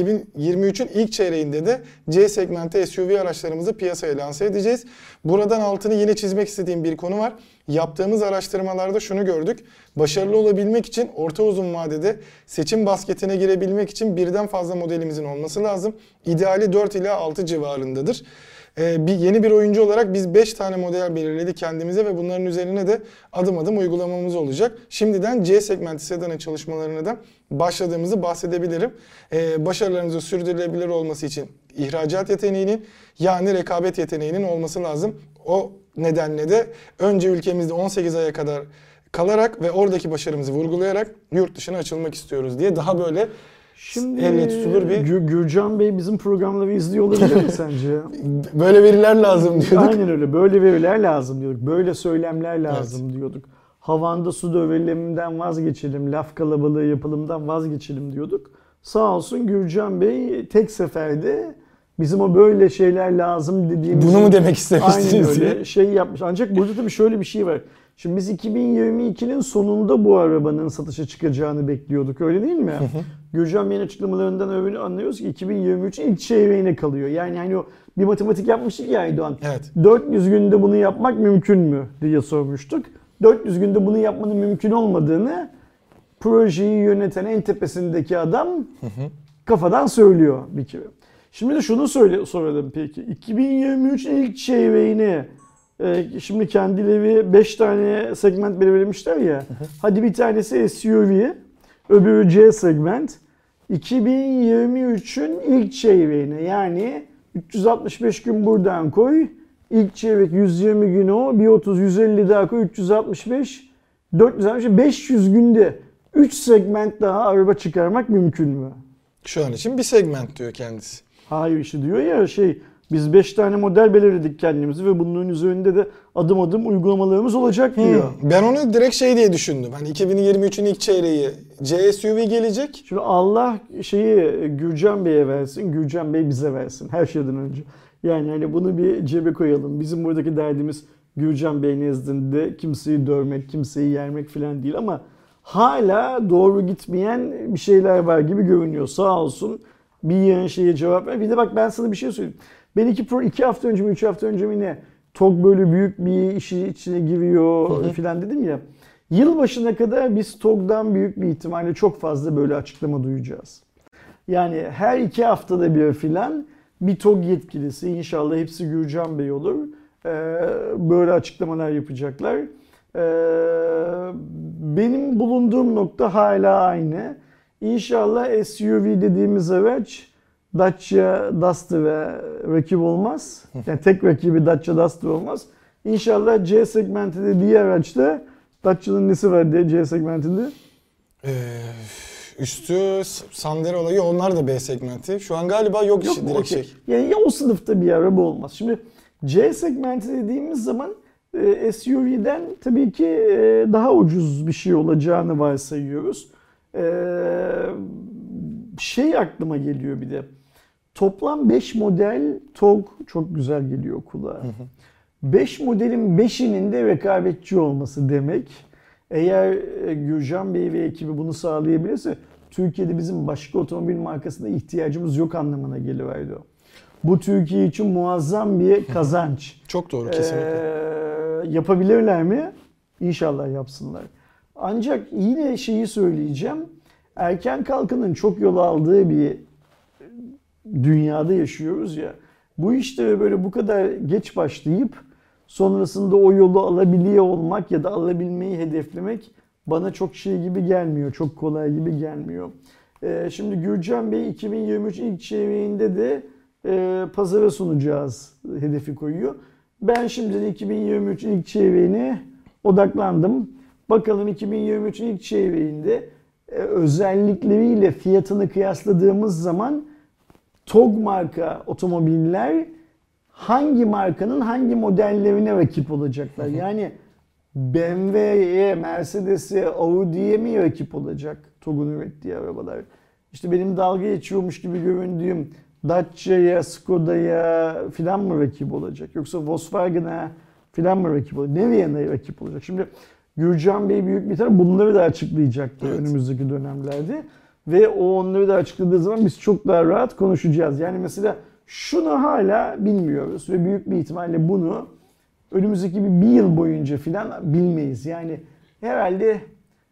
2023'ün ilk çeyreğinde de C segmenti SUV araçlarımızı piyasaya lanse edeceğiz. Buradan altını yine çizmek istediğim bir konu var. Yaptığımız araştırmalarda şunu gördük. Başarılı olabilmek için orta uzun vadede seçim basketine girebilmek için birden fazla modelimizin olması lazım. İdeali 4 ila 6 civarındadır. Yeni bir oyuncu olarak biz 5 tane model belirledik kendimize ve bunların üzerine de adım adım uygulamamız olacak. Şimdiden C segmenti sedanın çalışmalarına da başladığımızı bahsedebilirim. Başarılarımızın sürdürülebilir olması için ihracat yeteneğinin yani rekabet yeteneğinin olması lazım. O nedenle de önce ülkemizde 18 aya kadar kalarak ve oradaki başarımızı vurgulayarak yurt dışına açılmak istiyoruz diye daha böyle Şimdi elle tutulur bir... Gürcan Bey bizim programları izliyor olabilir mi sence? Böyle veriler lazım diyorduk. Aynen öyle. Böyle veriler lazım diyorduk. Böyle söylemler lazım diyorduk. Havanda su dövüleminden vazgeçelim, laf kalabalığı yapılımdan vazgeçelim diyorduk. Sağ olsun Gürcan Bey tek seferde bizim o böyle şeyler lazım dediğimiz... Bunu mu demek istemiştiniz aynen öyle diye? şey yapmış. Ancak burada tabii şöyle bir şey var. Şimdi biz 2022'nin sonunda bu arabanın satışa çıkacağını bekliyorduk, öyle değil mi? Gürcan Bey'in açıklamalarından öyle anlıyoruz ki 2023'ün ilk çeyreğine kalıyor. Yani hani o bir matematik yapmıştık ya Aydoğan. Evet. 400 günde bunu yapmak mümkün mü diye sormuştuk. 400 günde bunu yapmanın mümkün olmadığını projeyi yöneten en tepesindeki adam kafadan söylüyor bir kere. Şimdi de şunu soralım peki. 2023'ün ilk çeyreğini şimdi kendileri 5 tane segment belirlemişler ya. Hadi bir tanesi SUV, öbürü C segment. 2023'ün ilk çeyreğine yani 365 gün buradan koy. İlk çeyrek 120 gün o. Bir 30, 150 daha koy. 365, 460, 500 günde 3 segment daha araba çıkarmak mümkün mü? Şu an için bir segment diyor kendisi. Hayır işte diyor ya biz 5 tane model belirledik kendimizi ve bunların üzerinde de adım adım uygulamalarımız olacak diyor. Ben onu direkt şey diye düşündüm. Hani 2023'ün ilk çeyreği C SUV gelecek. Şimdi Allah Gürcan Bey'e versin, Gürcan Bey bize versin her şeyden önce. Yani hani bunu bir cebe koyalım. Bizim buradaki derdimiz Gürcan Bey nezdinde kimseyi dövmek, kimseyi yermek falan değil ama hala doğru gitmeyen bir şeyler var gibi görünüyor. Sağ olsun bir yığın şeye cevap ver. Bir de bak ben sana bir şey söyleyeyim. Ben 2 hafta önce mi 3 hafta önce mi ne TOG böyle büyük bir işi içine giriyor filan dedim ya. Yılbaşına kadar biz TOG'dan büyük bir ihtimalle çok fazla böyle açıklama duyacağız. Yani her 2 haftada bir filan bir TOG yetkilisi, inşallah hepsi Gürcan Bey olur, Böyle açıklamalar yapacaklar. Benim bulunduğum nokta hala aynı. İnşallah SUV dediğimiz araç Dacia Duster'a rakip olmaz. Yani tek rakibi Dacia Duster olmaz. İnşallah C segmenti dediği araçta Dacia'nın nesi var diye C segmentinde? Üstü Sandero olayı, onlar da B segmenti. Şu an galiba yok Yok işte, mu? direkt Okay. şey. Yani ya o sınıfta bir araba olmaz. Şimdi C segmenti dediğimiz zaman SUV'den tabii ki daha ucuz bir şey olacağını varsayıyoruz. Şey aklıma geliyor bir de. Toplam 5 model TOG çok güzel geliyor kulağa. 5 modelin 5'inin de rekabetçi olması demek. Eğer Gürcan Bey ve ekibi bunu sağlayabilirse Türkiye'de bizim başka otomobil markasına ihtiyacımız yok anlamına geliverdi o. Bu Türkiye için muazzam bir kazanç. Çok doğru, kesinlikle. Yapabilirler mi? İnşallah yapsınlar. Ancak yine şeyi söyleyeceğim. Erken kalkının çok yol aldığı bir dünyada yaşıyoruz ya. Bu işte böyle bu kadar geç başlayıp sonrasında o yolu alabiliyor olmak ya da alabilmeyi hedeflemek bana çok şey gibi gelmiyor. Çok kolay gibi gelmiyor. Şimdi Gürcan Bey 2023 ilk çeyreğinde de pazara sunacağız hedefi koyuyor. Ben şimdiden 2023 ilk çeyreğine odaklandım. Bakalım 2023 ilk çeyreğinde özellikleriyle fiyatını kıyasladığımız zaman TOG marka otomobiller hangi markanın hangi modellerine rakip olacaklar? Yani BMW'ye, Mercedes'e, Audi'ye mi rakip olacak TOG'un ürettiği arabalar? İşte benim dalga geçiyormuş gibi göründüğüm Dacia'ya, Skoda'ya filan mı rakip olacak? Yoksa Volkswagen'a filan mı rakip olacak? Nereye rakip olacak? Şimdi Gürcan Bey büyük bir tane bunları da açıklayacaktır önümüzdeki dönemlerde. Ve o onları da açıkladığı zaman biz çok daha rahat konuşacağız. Yani mesela şunu hala bilmiyoruz ve büyük bir ihtimalle bunu önümüzdeki bir yıl boyunca filan bilmeyiz. Yani herhalde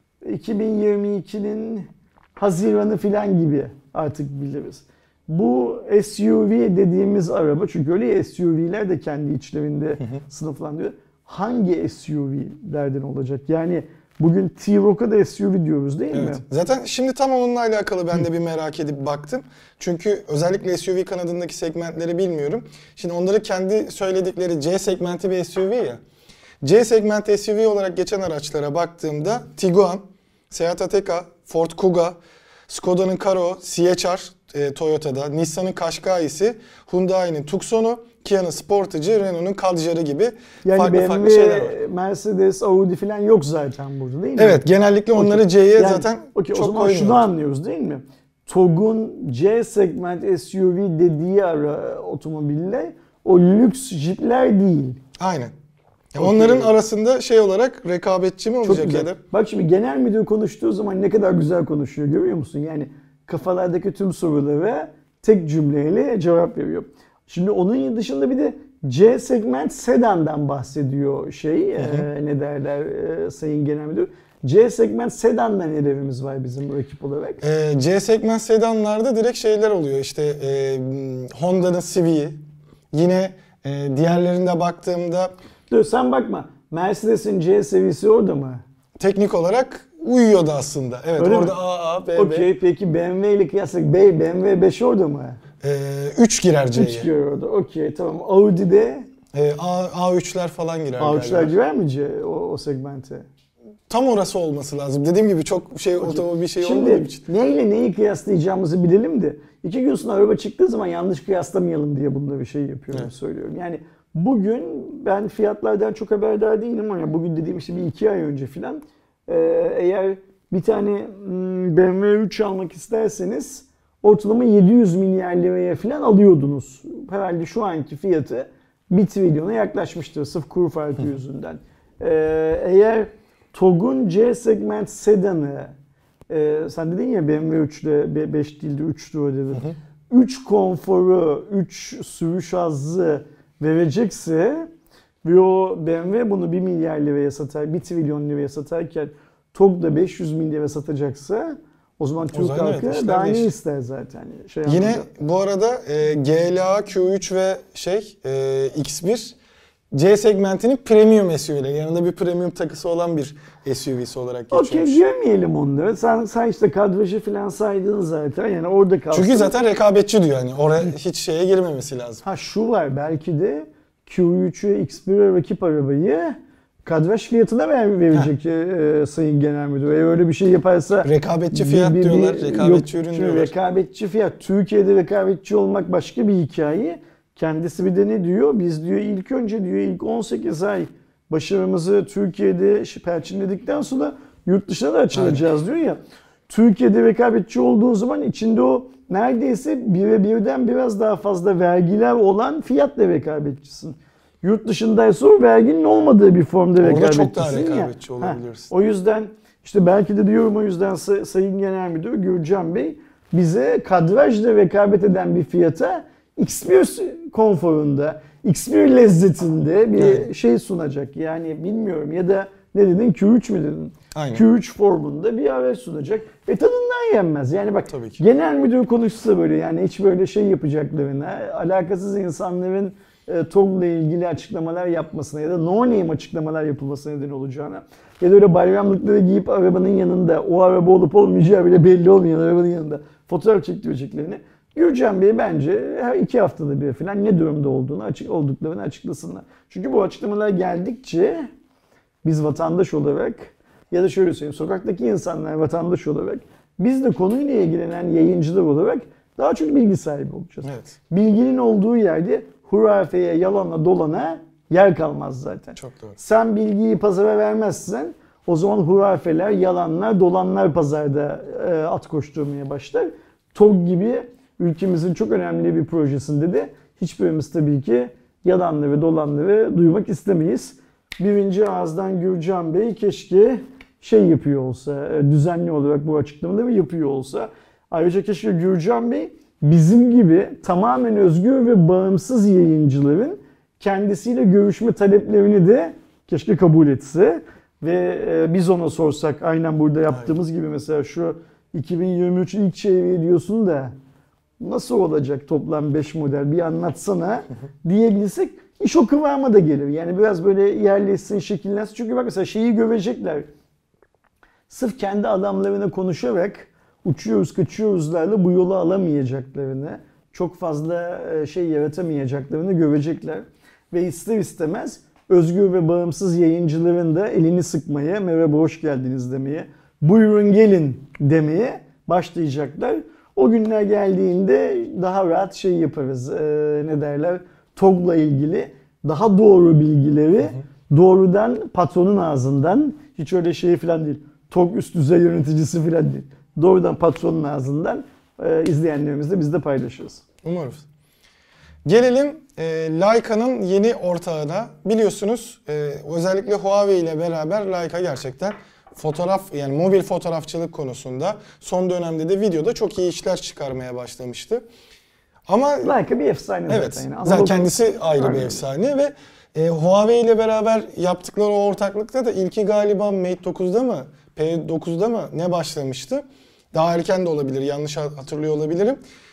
2022'nin Haziran'ı filan gibi artık biliriz. Bu SUV dediğimiz araba, çünkü öyle SUV'ler de kendi içlerinde sınıflandırıyor. Hangi SUV'lerden olacak? Yani bugün T-Roc'a da SUV diyoruz değil mi? Zaten şimdi tam onunla alakalı ben de bir merak edip baktım. Çünkü özellikle SUV kanadındaki segmentleri bilmiyorum. Şimdi onları kendi söyledikleri C segmenti bir SUV ya. C segmenti SUV olarak geçen araçlara baktığımda Tiguan, Seat Ateca, Ford Kuga, Skoda'nın Karo, CHR Toyota'da, Nissan'ın Qashqai'si, Hyundai'nin Tucson'u, Kia'nın Sportage'ı, Renault'un Kadjar'ı gibi yani farklı BMW, şeyler var. Mercedes, Audi falan yok zaten burada değil mi? Evet, genellikle onları C'ye Yani, zaten o çok zaman koymuyor. şunu anlıyoruz değil mi? TOG'un C segment SUV dediği otomobiller o lüks jipler değil. Aynen. Onların arasında şey olarak rekabetçi mi Çok olacak güzel. ya da? Bak şimdi genel müdür konuştuğu zaman ne kadar güzel konuşuyor görüyor musun? Yani kafalardaki tüm sorulara tek cümleyle cevap veriyor. Şimdi onun dışında bir de C segment sedandan bahsediyor ne derler Sayın Genel Müdür. C segment sedandan hedefimiz var bizim rakip olarak. C segment sedanlarda direkt şeyler oluyor. İşte Honda'nın Civic'i. Yine diğerlerinde baktığımda Dur sen bakma. Mercedes'in C seviyesi orada mı? teknik olarak uyuyordu aslında. Evet, Öyle orada mi? AA, BB. Okey, peki BMW ile kıyaslasak BMW 5 orada mı? 3 girer C'ye. 3 giriyor orada. Okey, tamam. Audi'de A3'ler falan girer A3'ler galiba. girer mi o segmente? Tam orası olması lazım. Dediğim gibi çok otomobil şey olmadığım Şimdi için. neyle neyi kıyaslayacağımızı bilelim de 2 gün sonra araba çıktığı zaman yanlış kıyaslamayalım diye bunda bir şey yapıyorum, söylüyorum. Yani bugün ben fiyatlardan çok haberdar değilim ama bugün dediğim işte bir 2 ay önce filan eğer bir tane BMW 3 almak isterseniz ortalama 700 milyar liraya filan alıyordunuz. Herhalde şu anki fiyatı 1 trilyona yaklaşmıştır sırf kuru farkı yüzünden. Eğer TOG'un C segment sedanı sen dedin ya BMW 3 ile 5 değildi 3'tü o dedin. 3 konforu, 3 sürüş hazzı verecekse ve o BMW bunu 1 milyar liraya satar, 1 trilyon liraya satarken TOG da 500 bin liraya satacaksa o zaman Türk halkı evet, daha ne değişir. ister zaten. Yine bu arada GLA, Q3 ve X1 C segmentinin premium SUV'leri. Yanında bir premium takısı olan bir SUV'si olarak geçiyormuş. Okey, diyemeyelim onları. Sen işte kadrajı falan saydın zaten. Yani orada kalsın. Çünkü zaten rekabetçi diyor yani. Oraya hiç şeye girmemesi lazım. Ha şu var, belki de Q3'e X1'e rakip arabayı kadraj fiyatına verecek Sayın Genel Müdür. Eğer öyle bir şey yaparsa... Rekabetçi fiyat diyorlar, rekabetçi ürün diyorlar. Rekabetçi fiyat. Türkiye'de rekabetçi olmak başka bir hikaye. Kendisi bir de ne diyor? Biz diyor ilk önce diyor ilk 18 ay başarımızı Türkiye'de perçinledikten sonra yurt dışına da açılacağız diyor ya. Türkiye'de rekabetçi olduğu zaman içinde o neredeyse bire birden biraz daha fazla vergiler olan fiyatla rekabetçisin. Yurt dışındaysa o verginin olmadığı bir formda rekabetçisin. Orada çok daha rekabetçi olabiliriz. O yüzden işte belki de diyorum, o yüzden Sayın Genel Müdür Gürcan Bey bize kadrajla rekabet eden bir fiyata X1 konforunda, X1 lezzetinde bir şey sunacak. Yani bilmiyorum, ya da ne dedin, Q3 mü dedin? Aynen. Q3 formunda bir araç sunacak. Tadından yenmez. Yani bak, genel müdür konuşsa böyle, yani hiç böyle şey yapacaklarına, alakasız insanların TOG'la ilgili açıklamalar yapmasına ya da no name açıklamalar yapılmasına neden olacağına, ya da öyle bayramlıkları giyip arabanın yanında, o araba olup olmayacağı bile belli olmayan arabanın yanında fotoğraf çektireceklerini, Gürcan Bey bence her 2 haftada bir falan ne durumda olduklarını açıklasınlar. Çünkü bu açıklamalar geldikçe biz vatandaş olarak, ya da şöyle söyleyeyim, sokaktaki insanlar vatandaş olarak, biz de konuyla ilgilenen yayıncılar olarak daha çok bilgi sahibi olacağız. Evet. Bilginin olduğu yerde hurafeye, yalanla, dolana yer kalmaz zaten. Çok doğru. Sen bilgiyi pazara vermezsen o zaman hurafeler, yalanlar, dolanlar pazarda at koşturmaya başlar. TOG gibi ülkemizin çok önemli bir projesinde de hiçbirimiz tabii ki yalanları, dolanları duymak istemeyiz. Birinci ağızdan Gürcan Bey keşke şey yapıyor olsa, düzenli olarak bu açıklamaları yapıyor olsa. Ayrıca keşke Gürcan Bey bizim gibi tamamen özgür ve bağımsız yayıncıların kendisiyle görüşme taleplerini de keşke kabul etse. Ve biz ona sorsak, aynen burada yaptığımız gibi, mesela şu 2023 ilk çeyreği diyorsun da nasıl olacak toplam 5 model bir anlatsana diyebilsek, iş o kıvama da gelir. Yani biraz böyle yerleşsin, şekillensin. Çünkü bak mesela şeyi görecekler. Sırf kendi adamlarına konuşarak uçuyoruz kaçıyoruzlarla bu yolu alamayacaklarını, çok fazla şey yaratamayacaklarını görecekler. Ve ister istemez özgür ve bağımsız yayıncıların da elini sıkmaya, merhaba hoş geldiniz demeye, buyurun gelin demeye başlayacaklar. O günler geldiğinde daha rahat şey yaparız, ne derler, TOG'la ilgili daha doğru bilgileri doğrudan patronun ağzından, hiç öyle şey falan değil, TOG üst düzey yöneticisi falan değil, doğrudan patronun ağzından izleyenlerimizle biz de paylaşırız. Umarız. Gelelim Leica'nın yeni ortağına. Biliyorsunuz özellikle Huawei ile beraber Leica gerçekten fotoğraf, yani mobil fotoğrafçılık konusunda son dönemde de videoda çok iyi işler çıkarmaya başlamıştı. Ama Leica bir efsane evet, zaten. Yani. zaten kendisi ayrı bir efsane ve Huawei ile beraber yaptıkları o ortaklıkta da ilki galiba Mate 9'da mı, P9'da mı ne başlamıştı? Daha erken de olabilir, yanlış hatırlıyor olabilirim.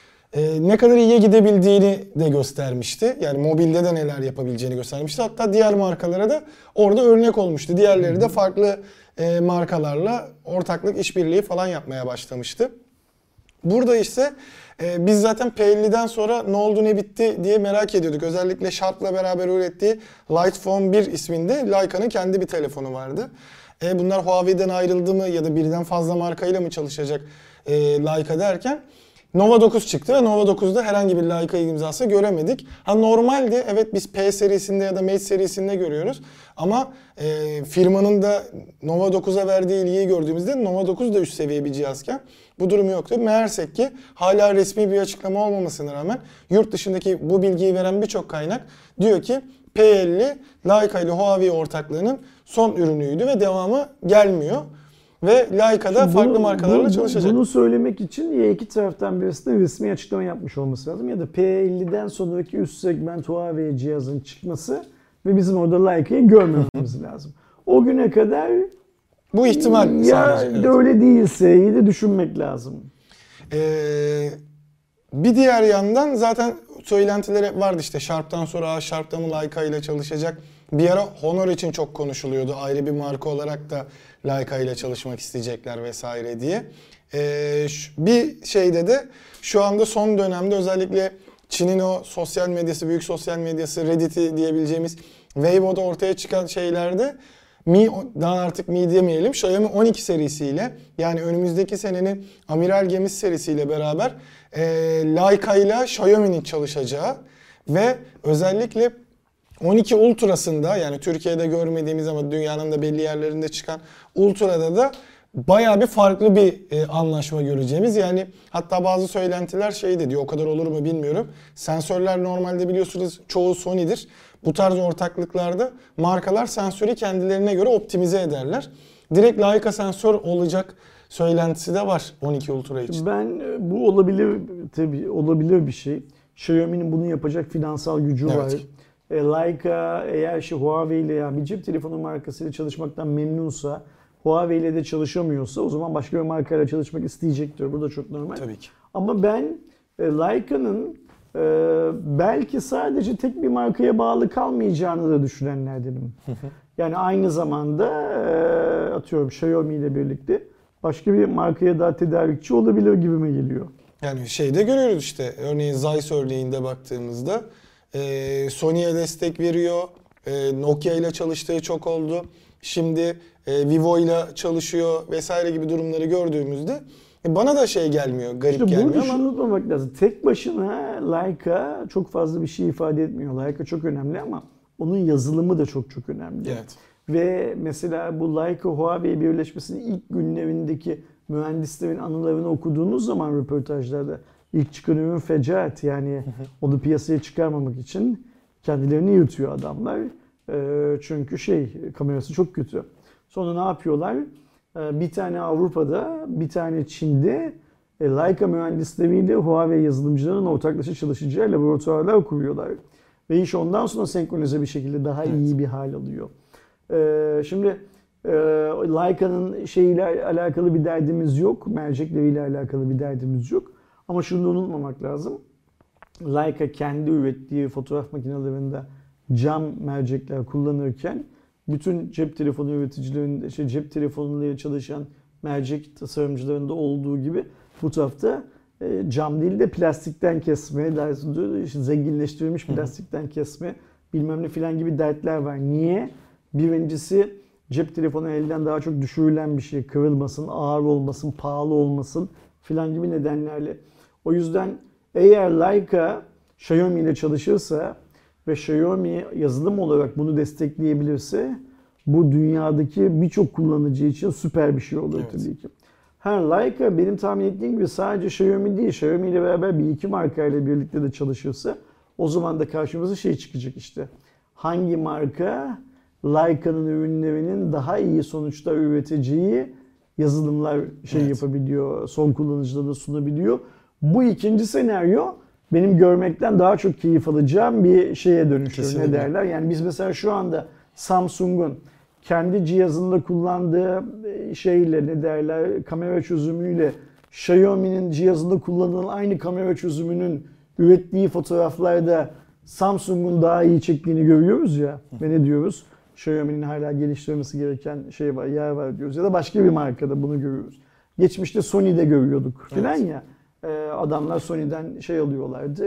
Ne kadar iyiye gidebildiğini de göstermişti. Yani mobilde de neler yapabileceğini göstermişti. Hatta diğer markalara da orada örnek olmuştu. Diğerleri de farklı markalarla ortaklık, işbirliği falan yapmaya başlamıştı. Burada ise biz zaten P50'den sonra ne oldu ne bitti diye merak ediyorduk. Özellikle Sharp'la beraber ürettiği Lite Phone 1 isminde Leica'nın kendi bir telefonu vardı. Bunlar Huawei'den ayrıldı mı ya da birden fazla markayla mı çalışacak Leica derken Nova 9 çıktı ve Nova 9'da herhangi bir Leica imzası göremedik. Normalde evet biz P serisinde ya da Mate serisinde görüyoruz. Ama firmanın da Nova 9'a verdiği ilgiyi gördüğümüzde Nova 9 da üst seviye bir cihazken bu durum yoktu. Meğersek ki hala resmi bir açıklama olmamasına rağmen yurt dışındaki bu bilgiyi veren birçok kaynak diyor ki P50 Leica ile Huawei ortaklığının son ürünüydü ve devamı gelmiyor. Ve Leica'da farklı markalarla çalışacak. Bunu söylemek için ya iki taraftan birisi de resmi açıklama yapmış olması lazım ya da P50'den sonraki üst segment Huawei cihazın çıkması ve bizim orada Leica'yı görmememiz lazım. O güne kadar bu ihtimal ya sadece. Evet. Öyle değilse iyi de düşünmek lazım. Bir diğer yandan zaten söylentiler hep vardı işte Sharp'tan sonra Sharp'ta mı Leica ile çalışacak. Bir ara Honor için çok konuşuluyordu. Ayrı bir marka olarak da Leica ile çalışmak isteyecekler vesaire diye. Bir şeyde de şu anda son dönemde özellikle Çin'in o sosyal medyası, büyük sosyal medyası Reddit'i diyebileceğimiz Weibo'da ortaya çıkan şeylerde daha artık Mi demeyelim, Xiaomi 12 serisiyle yani önümüzdeki senenin Amiral Gemisi serisiyle beraber Leica ile Xiaomi'nin çalışacağı ve özellikle 12 Ultra'sında yani Türkiye'de görmediğimiz ama dünyanın da belli yerlerinde çıkan Ultra'da da bayağı bir farklı bir anlaşma göreceğimiz. Yani hatta bazı söylentiler şey de diyor, o kadar olur mu bilmiyorum. Sensörler normalde biliyorsunuz çoğu Sony'dir. Bu tarz ortaklıklarda markalar sensörü kendilerine göre optimize ederler. Direkt Leica sensör olacak söylentisi de var 12 Ultra için. Bu olabilir, tabii olabilir bir şey. Xiaomi'nin bunu yapacak finansal gücü var. Leica eğer Huawei ile ya bir cep telefonu markasıyla çalışmaktan memnunsa, Huawei ile de çalışamıyorsa o zaman başka bir markayla çalışmak isteyecektir. Bu da çok normal. Tabii ki. Ama ben Leica'nın belki sadece tek bir markaya bağlı kalmayacağını da düşünenlerdenim. Yani aynı zamanda atıyorum Xiaomi ile birlikte başka bir markaya daha tedarikçi olabilir gibime geliyor. Yani şeyde görüyoruz işte örneğin Zeiss örneğinde baktığımızda Sony'ye destek veriyor. Nokia ile çalıştığı çok oldu. Şimdi Vivo ile çalışıyor vesaire gibi durumları gördüğümüzde bana da şey gelmiyor, garip işte gelmiyor ama... Bunu unutmamak lazım. Tek başına Leica çok fazla bir şey ifade etmiyor. Leica çok önemli ama onun yazılımı da çok önemli. Evet. Ve mesela bu Leica-Huawei birleşmesinin ilk günlerindeki mühendislerin anılarını okuduğunuz zaman röportajlarda ilk çıkan ürün fecaat, yani onu piyasaya çıkarmamak için kendilerini yırtıyor adamlar. Çünkü kamerası çok kötü. Sonra ne yapıyorlar? Bir tane Avrupa'da, bir tane Çin'de Leica mühendisleriyle Huawei yazılımcılarının ortaklaşa çalışacağı laboratuvarlar kuruyorlar. Ve iş ondan sonra senkronize bir şekilde daha iyi bir hal alıyor. Şimdi Leica'nın şeyle alakalı bir derdimiz yok. Mercekleriyle alakalı bir derdimiz yok. Ama şunu da unutmamak lazım. Leica kendi ürettiği fotoğraf makinelerinde cam mercekler kullanırken bütün cep telefonu üreticilerinde, cep telefonuyla çalışan mercek tasarımcılarında olduğu gibi bu tarafta cam değil de plastikten kesme, zenginleştirilmiş plastikten kesme bilmem ne filan gibi dertler var. Niye? Birincisi cep telefonu elden daha çok düşürülen bir şey. Kırılmasın, ağır olmasın, pahalı olmasın filan gibi nedenlerle. O yüzden eğer Leica Xiaomi ile çalışırsa ve Xiaomi yazılım olarak bunu destekleyebilirse bu dünyadaki birçok kullanıcı için süper bir şey olur tabii ki. Leica benim tahmin ettiğim gibi sadece Xiaomi değil, Xiaomi ile beraber bir iki markayla birlikte de çalışırsa o zaman da karşımıza çıkacak işte. Hangi marka Leica'nın ürünlerinin daha iyi sonuçlar üreteceği yazılımlar yapabiliyor, son kullanıcılara sunabiliyor. Bu ikinci senaryo benim görmekten daha çok keyif alacağım bir şeye dönüşüyor. Kesinlikle. Ne derler? Yani biz mesela şu anda Samsung'un kendi cihazında kullandığı kamera çözümüyle Xiaomi'nin cihazında kullanılan aynı kamera çözümünün ürettiği fotoğraflarda Samsung'un daha iyi çektiğini görüyoruz ya. Ve ne diyoruz? Xiaomi'nin hala geliştirmesi gereken yer var diyoruz. Ya da başka bir markada bunu görüyoruz. Geçmişte Sony'de görüyorduk filan ya. Adamlar Sony'den alıyorlardı,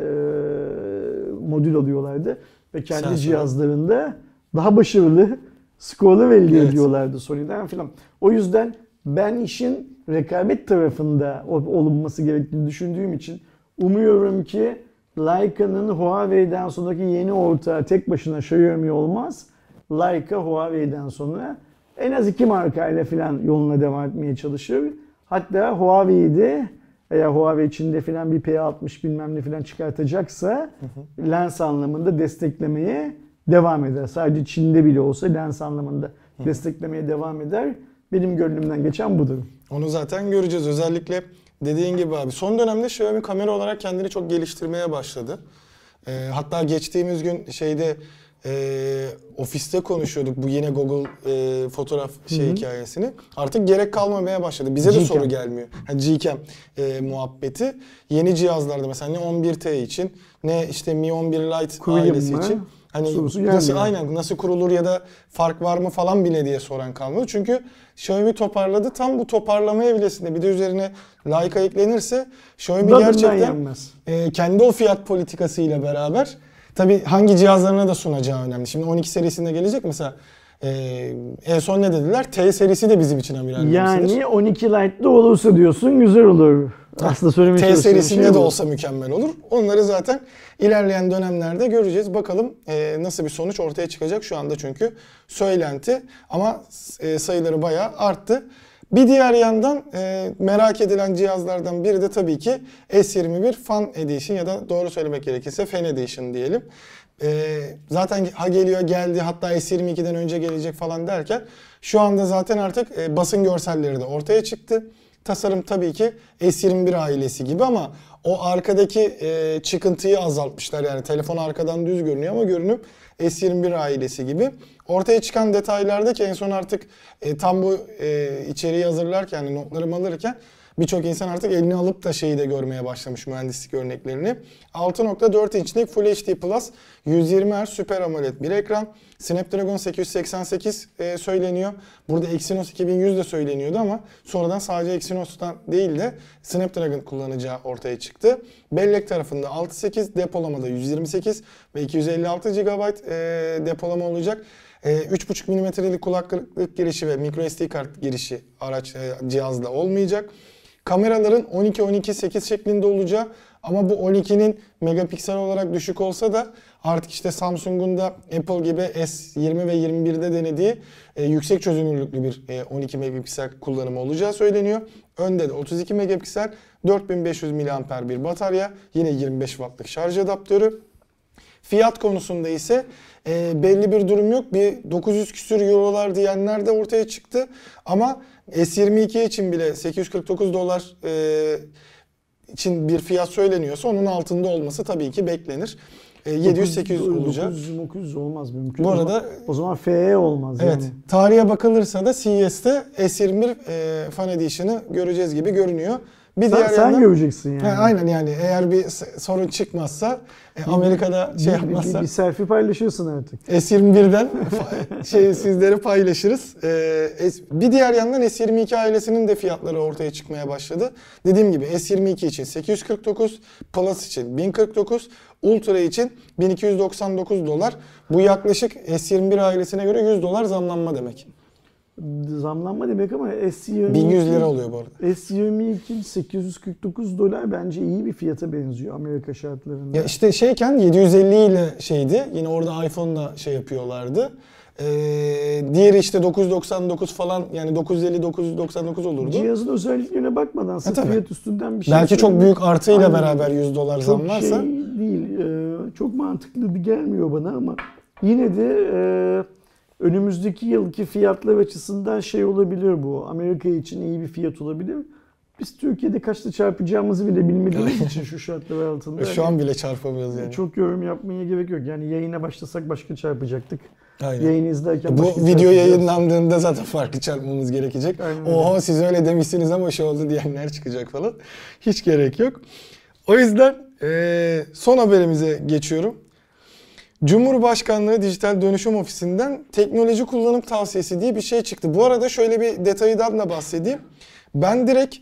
modül alıyorlardı ve kendi cihazlarında daha başarılı skorlar elde ediyorlardı Sony'den filan. O yüzden ben işin rekabet tarafında olunması gerektiğini düşündüğüm için umuyorum ki Leica'nın Huawei'den sonraki yeni ortağı tek başına Xiaomi olmaz. Leica Huawei'den sonra en az iki markayla filan yoluna devam etmeye çalışır. Hatta Huawei'de eğer Huawei Çin'de filan bir P60 bilmem ne filan çıkartacaksa lens anlamında desteklemeye devam eder. Sadece Çin'de bile olsa lens anlamında desteklemeye devam eder. Benim gönlümden geçen budur. Onu zaten göreceğiz. Özellikle dediğin gibi abi son dönemde Xiaomi kamera olarak kendini çok geliştirmeye başladı. Hatta geçtiğimiz gün ofiste konuşuyorduk bu yine Google fotoğraf hikayesini. Artık gerek kalmamaya başladı. Bize de Gcam. soru gelmiyor. Gcam muhabbeti. Yeni cihazlarda mesela ne 11T için ne işte Mi 11 Lite Kurayım ailesi mı? için. Hani Sorusu nasıl gelmiyor. aynen nasıl kurulur ya da fark var mı falan bile diye soran kalmadı. Çünkü Xiaomi toparladı. Tam bu toparlama evresinde bir de üzerine Leica eklenirse Xiaomi Tadından gerçekten yenmez. kendi o fiyat politikasıyla beraber tabii hangi cihazlarına da sunacağı önemli. Şimdi 12 serisinde gelecek mesela en son ne dediler? T serisi de bizim için amiral gemisidir. Yani 12 Lite'da olursa diyorsun güzel olur. Aslında söylemeye T çalıştığım serisinde şey de bu. olsa mükemmel olur. Onları zaten ilerleyen dönemlerde göreceğiz. Bakalım nasıl bir sonuç ortaya çıkacak şu anda çünkü söylenti ama sayıları bayağı arttı. Bir diğer yandan merak edilen cihazlardan biri de tabii ki S21 Fan Edition ya da doğru söylemek gerekirse Fan Edition diyelim. Zaten ha geliyor geldi hatta S22'den önce gelecek falan derken şu anda zaten artık basın görselleri de ortaya çıktı. Tasarım tabii ki S21 ailesi gibi ama o arkadaki çıkıntıyı azaltmışlar. Yani telefon arkadan düz görünüyor ama görünüm S21 ailesi gibi. Ortaya çıkan detaylarda ki en son artık tam bu içeriği hazırlarken, yani notlarımı alırken birçok insan artık elini alıp da şeyi de görmeye başlamış mühendislik örneklerini. 6.4 inçlik Full HD Plus 120 Hz Super AMOLED bir ekran. Snapdragon 888 söyleniyor. Burada Exynos 2100 de söyleniyordu ama sonradan sadece Exynos'tan değil de Snapdragon kullanacağı ortaya çıktı. Bellek tarafında 6.8, depolamada 128 ve 256 GB depolama olacak. 3.5 mm'lik kulaklık girişi ve microSD kart girişi cihazda olmayacak. Kameraların 12-12-8 şeklinde olacağı ama bu 12'nin megapiksel olarak düşük olsa da artık işte Samsung'un da Apple gibi S20 ve 21'de denediği yüksek çözünürlüklü bir 12 megapiksel kullanımı olacağı söyleniyor. Önde de 32 megapiksel 4500 mAh bir batarya, yine 25 wattlık şarj adaptörü. Fiyat konusunda ise belli bir durum yok. Bir 900 küsür eurolar diyenler de ortaya çıktı. Ama S22 için bile 849 dolar için bir fiyat söyleniyorsa onun altında olması tabii ki beklenir. 700-800 olacak. 900-900 olmaz mümkün. Bu arada o zaman FE olmaz evet, yani. tarihe bakılırsa da CES'te S21 Fan Edition'ı göreceğiz gibi görünüyor. Sen göreceksin yani. Aynen yani eğer bir sorun çıkmazsa Amerika'da yapmazsa bir selfie paylaşırsın artık. S21'den sizleri paylaşırız. Bir diğer yandan S22 ailesinin de fiyatları ortaya çıkmaya başladı. Dediğim gibi S22 için 849, Plus için 1049, Ultra için 1299 dolar. Bu yaklaşık S21 ailesine göre 100 dolar zamlanma demek. Zamlanma demek ama S22 1100 lira oluyor bu arada. S22 849 dolar bence iyi bir fiyata benziyor Amerika şartlarında. Ya işte şeyken 750 ile şeydi. Yine orada iPhone'la şey yapıyorlardı. Diğeri işte 999 falan, yani 950 999 olurdu. Cihazın özelliklerine bakmadan sırf tabii. fiyat üstünden bir şey Belki çok söylemek- büyük artıyla Aynen. beraber 100 dolar Çok zam varsa. şey değil, çok mantıklı gelmiyor bana ama yine de önümüzdeki yılki fiyatlar açısından şey olabilir bu. Amerika için iyi bir fiyat olabilir. Biz Türkiye'de kaçta çarpacağımızı bile bilmediğimiz için şu şartlar altında. Şu an bile çarpamıyoruz yani. Çok yorum yapmaya gerek yok. Yani yayına başlasak başka çarpacaktık. Aynen. Yayını izlerken Bu başka video çarpacağız. yayınlandığında zaten farklı çarpmamız gerekecek. Aynen öyle. Oho siz öyle demişsiniz ama şey oldu diyenler çıkacak falan. Hiç gerek yok. O yüzden son haberimize geçiyorum. Cumhurbaşkanlığı Dijital Dönüşüm Ofisi'nden teknoloji kullanım tavsiyesi diye bir şey çıktı. Bu arada şöyle bir detaydan da bahsedeyim. Ben direkt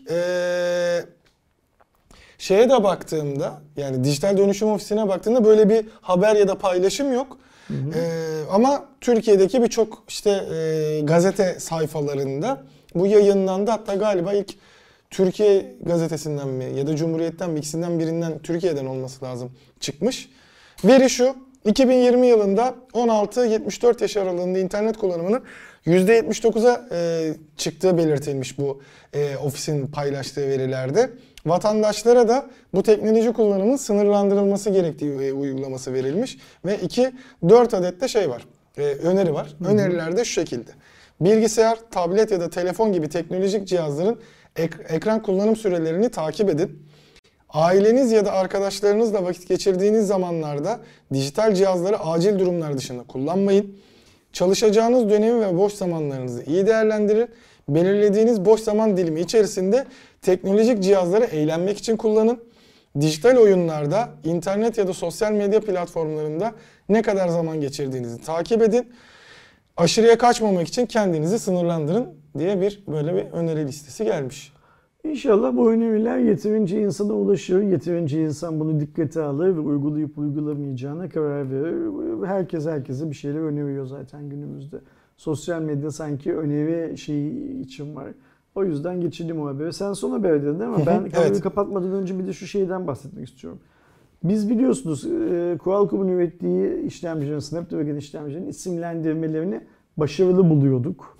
şeye de baktığımda, yani Dijital Dönüşüm Ofisi'ne baktığımda böyle bir haber ya da paylaşım yok. Ama Türkiye'deki birçok işte gazete sayfalarında bu yayınlandı. Hatta galiba ilk Türkiye gazetesinden mi ya da Cumhuriyet'ten mi, ikisinden birinden, Türkiye'den olması lazım, çıkmış. Veri şu: 2020 yılında 16-74 yaş aralığında internet kullanımının %79'a çıktığı belirtilmiş bu ofisin paylaştığı verilerde. Vatandaşlara da bu teknoloji kullanımının sınırlandırılması gerektiği uygulaması verilmiş ve 4 adet de şey var, öneri var. Öneriler de şu şekilde: bilgisayar, tablet ya da telefon gibi teknolojik cihazların ekran kullanım sürelerini takip edin. Aileniz ya da arkadaşlarınızla vakit geçirdiğiniz zamanlarda dijital cihazları acil durumlar dışında kullanmayın. Çalışacağınız dönemi ve boş zamanlarınızı iyi değerlendirin. Belirlediğiniz boş zaman dilimi içerisinde teknolojik cihazları eğlenmek için kullanın. Dijital oyunlarda, internet ya da sosyal medya platformlarında ne kadar zaman geçirdiğinizi takip edin. Aşırıya kaçmamak için kendinizi sınırlandırın diye böyle bir öneri listesi gelmiş. İnşallah bu öneriler yeterince insana ulaşır, yeterince insan bunu dikkate alır ve uygulayıp uygulamayacağına karar verir. Herkes herkese bir şeyler öneriyor zaten günümüzde. Sosyal medya sanki öneri şeyi için var. O yüzden geçelim o habere. Sen son haber dedin ama ben kamerayı kapatmadan önce bir de şu şeyden bahsetmek istiyorum. Biz biliyorsunuz Qualcomm'un ürettiği işlemcilerin, Snapdragon işlemcilerin isimlendirmelerini başarılı buluyorduk.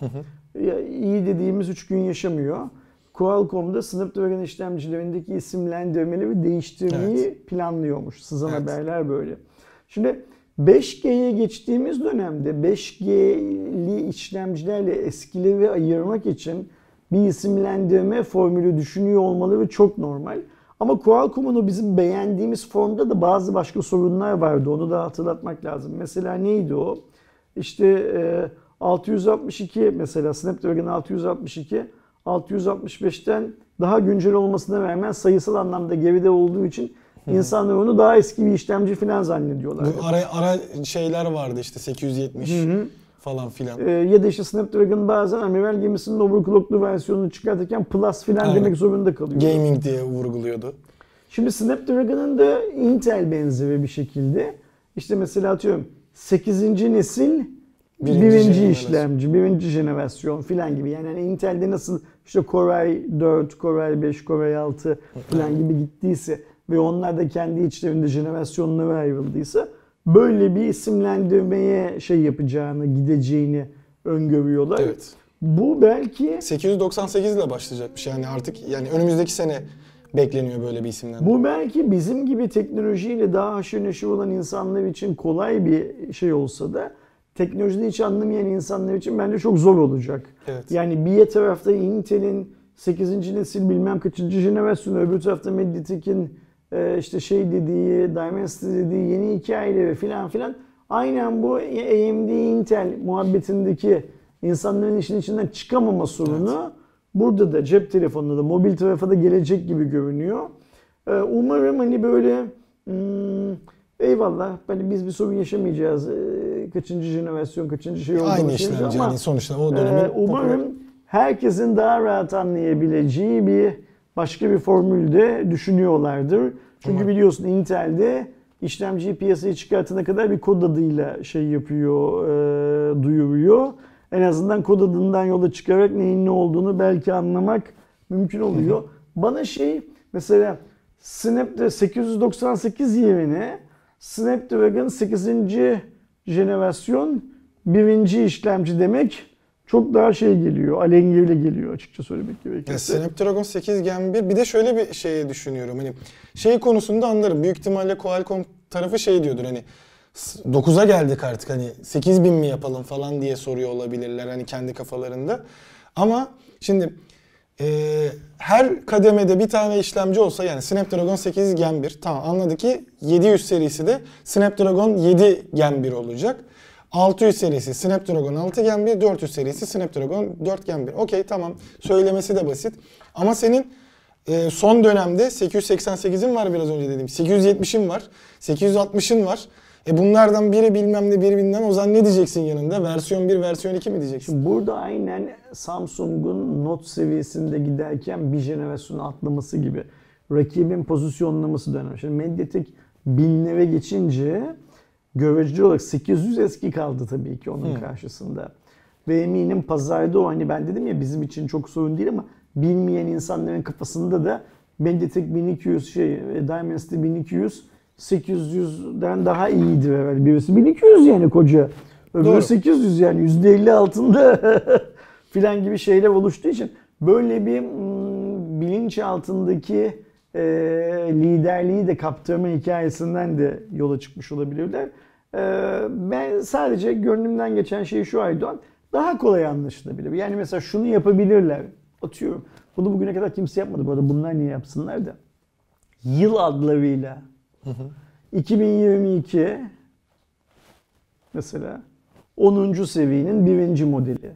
İyi dediğimiz 3 gün yaşamıyor. Qualcomm'da Snapdragon işlemcilerindeki isimlendirmeleri değiştirmeyi planlıyormuş. Sızan haberler böyle. Şimdi 5G'ye geçtiğimiz dönemde 5G'li işlemcilerle eskileri ayırmak için bir isimlendirme formülü düşünüyor olmaları çok normal. Ama Qualcomm'un o bizim beğendiğimiz formda da bazı başka sorunlar vardı. Onu da hatırlatmak lazım. Mesela neydi o? İşte 662 mesela Snapdragon 662 665'ten daha güncel olmasına rağmen sayısal anlamda geride olduğu için insanlar onu daha eski bir işlemci falan zannediyorlar. Bu ara şeyler vardı işte 870 falan filan. Ya da işte Snapdragon bazen amiral gemisinin overclocklu versiyonunu çıkartırken Plus filan demek zorunda kalıyor. Gaming diye vurguluyordu. Şimdi Snapdragon'ın da Intel benzeri bir şekilde işte mesela atıyorum 8. nesil birinci işlemci, birinci jenerasyon filan gibi. Yani hani Intel'de nasıl işte Core i4, Core i5, Core i6 filan gibi gittiyse ve onlar da kendi içlerinde jenerasyonlara ayrıldıysa böyle bir isimlendirmeye şey yapacağını, gideceğini öngörüyorlar. Evet. Bu belki 898 ile başlayacakmış yani artık yani önümüzdeki sene bekleniyor böyle bir isimlendirme. Bu belki bizim gibi teknolojiyle daha haşır neşir olan insanlar için kolay bir şey olsa da teknolojide hiç anlamayan insanlar için bence çok zor olacak. Evet. Yani bir tarafta Intel'in 8. nesil bilmem kaçıncı jenerasyonu, öbür tarafta Mediatek'in işte şey dediği, Dimensity dediği yeni hikayeleri filan filan. Aynen bu AMD Intel muhabbetindeki insanların işin içinden çıkamama sorunu burada da cep telefonunda da mobil tarafa da gelecek gibi görünüyor. Umarım hani böyle eyvallah hani biz bir sorun yaşamayacağız. Kaçıncı jenerasyon, kaçıncı şey olduğunu aynı işlemci yani sonuçta o dönemin umarım herkesin daha rahat anlayabileceği bir başka bir formülde düşünüyorlardır. Çünkü biliyorsun Intel'de işlemciyi piyasaya çıkartana kadar bir kod adıyla şey yapıyor, duyuruyor. En azından kod adından yola çıkarak neyin ne olduğunu belki anlamak mümkün oluyor. Bana şey mesela Snapdragon 898 yerine Snapdragon 8. jenerasyon birinci işlemci demek çok daha şey geliyor, alengirli geliyor açıkça söylemek gerekirse. Snapdragon 8 Gen 1 bir de şöyle bir şey düşünüyorum hani şey konusunda anlarım büyük ihtimalle Qualcomm tarafı şey diyordur hani 9'a geldik artık hani 8000 mi yapalım falan diye soruyor olabilirler hani kendi kafalarında. Ama şimdi her kademede bir tane işlemci olsa yani Snapdragon 8 Gen 1 tamam anladık ki 700 serisi de Snapdragon 7 Gen 1 olacak. 600 serisi Snapdragon 6 Gen 1, 400 serisi Snapdragon 4 Gen 1. Okey tamam söylemesi de basit. Ama senin son dönemde 888'in var biraz önce dediğim. 870'in var. 860'in var. Bunlardan biri bilmem ne biri bilmem o zaman ne diyeceksin yanında? Versiyon 1, versiyon 2 mi diyeceksin? Şimdi burada aynen Samsung'un Note seviyesinde giderken bir jenerasyon atlaması gibi rakibin pozisyonlaması dönemi. Şimdi Mediatek 1000'lere geçince göreceli olarak 800 eski kaldı tabii ki onun karşısında. Ve eminim pazarda o hani ben dedim ya bizim için çok sorun değil ama bilmeyen insanların kafasında da Mediatek 1200 Dimensity 1200 800'den daha iyidir herhalde. Birisi 1200 yani koca. Öbürü 800 yani %50 altında filan gibi şeyler oluştuğu için böyle bir bilinç altındaki liderliği de kaptırma hikayesinden de yola çıkmış olabilirler. Ben sadece gönlümden geçen şey şu Aydoğan, daha kolay anlaşılabilir. Yani mesela şunu yapabilirler. Atıyorum. Bunu bugüne kadar kimse yapmadı. Bu arada bunlar niye yapsınlar da. yıl adlarıyla 2022 mesela 10. seviyenin 1. modeli.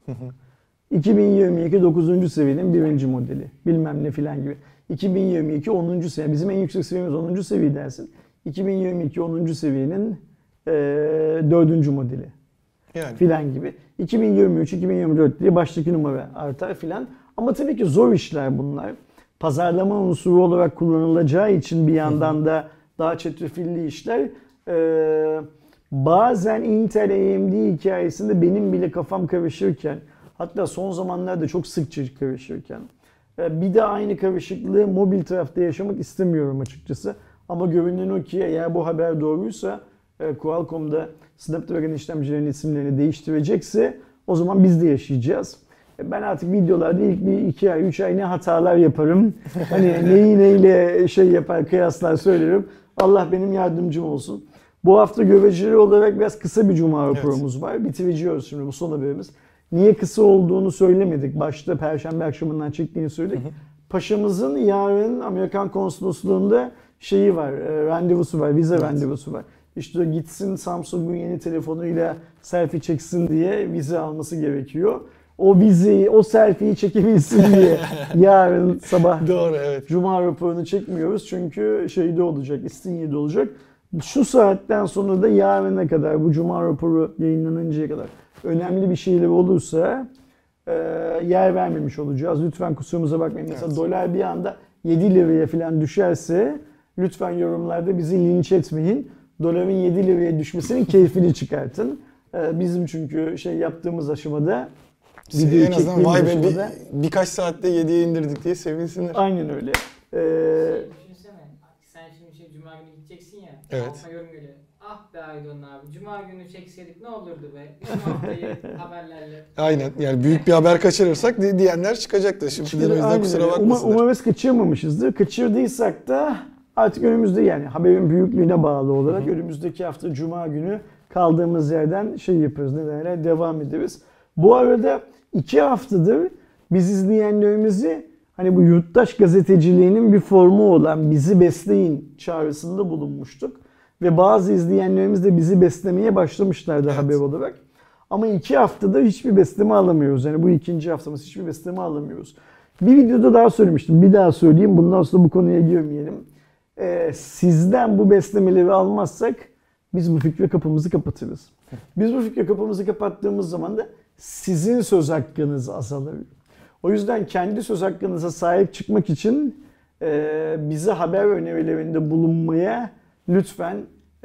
2022 9. seviyenin 1. modeli. Bilmem ne filan gibi. 2022 10. seviye. Bizim en yüksek seviyemiz 10. seviye dersin. 2022 10. seviyenin 4. modeli. Yani. Filan gibi. 2023, 2024 diye baştaki numara artar filan. Ama tabii ki zor işler bunlar. Pazarlama unsuru olarak kullanılacağı için bir yandan da daha çetrefilli işler. Bazen Intel AMD hikayesinde benim bile kafam karışırken, hatta son zamanlarda çok sıkça karışırken, bir de aynı karışıklığı mobil tarafta yaşamak istemiyorum açıkçası. Ama görünen o ki eğer bu haber doğruysa Qualcomm'da Snapdragon işlemcilerinin isimlerini değiştirecekse o zaman biz de yaşayacağız. Ben artık videolarda ilk bir 2 ay 3 ay ne hatalar yaparım. Hani neyi neyle şey yapar kıyaslar söylerim. Allah benim yardımcım olsun. Bu hafta göreceli olarak biraz kısa bir cuma raporumuz var. Bitireceğiz şimdi bu son haberimiz. Niye kısa olduğunu söylemedik. Başta Perşembe akşamından çektiğini söyledik. Paşamızın yarın Amerikan Konsolosluğu'nda şeyi var, randevusu var, vize randevusu var. İşte gitsin Samsung'un yeni telefonuyla selfie çeksin diye vize alması gerekiyor. O vizeyi, o selfie'yi çekebilsin diye yarın sabah Doğru, evet. Cuma raporunu çekmiyoruz. Çünkü şeyde olacak, İstinye'de olacak. Şu saatten sonra da yarına kadar, bu Cuma raporu yayınlanıncaya kadar önemli bir şeyler olursa yer vermemiş olacağız. Lütfen kusurumuza bakmayın. Mesela dolar bir anda 7 liraya falan düşerse lütfen yorumlarda bizi linç etmeyin. Doların 7 liraya düşmesinin keyfini çıkartın. Bizim çünkü şey yaptığımız aşamada en azından vay be birkaç saatte 7'ye indirdik diye sevinsinler. Aynen öyle. Düşünsene, sen şimdi Cuma günü gideceksin ya. Evet. Altına yorum geliyor. Ah be Aydın abi, Cuma günü çekseydik ne olurdu be? Bizim haftayı haberlerle. Aynen, yani büyük bir haber kaçırırsak diyenler çıkacaktır. Şimdi bizden kusura bakmasınlar. Umarız kaçırmamışızdır. Kaçırdıysak da artık önümüzde, yani haberin büyüklüğüne bağlı olarak önümüzdeki hafta Cuma günü kaldığımız yerden şey yaparız, ne derler, devam ederiz. Bu arada 2 haftadır biz izleyenlerimizi hani bu yurttaş gazeteciliğinin bir formu olan bizi besleyin çağrısında bulunmuştuk. Ve bazı izleyenlerimiz de bizi beslemeye başlamışlardı haber olarak. Ama 2 haftadır hiçbir besleme alamıyoruz. Yani bu 2. haftamız hiçbir besleme alamıyoruz. Bir videoda daha söylemiştim. Bir daha söyleyeyim. Bundan sonra bu konuya girmeyelim. Sizden bu beslemeleri almazsak biz bu fikre kapımızı kapatırız. Biz bu fikre kapımızı kapattığımız zaman da sizin söz hakkınız azalır. O yüzden kendi söz hakkınıza sahip çıkmak için bize haber önerilerinde bulunmaya lütfen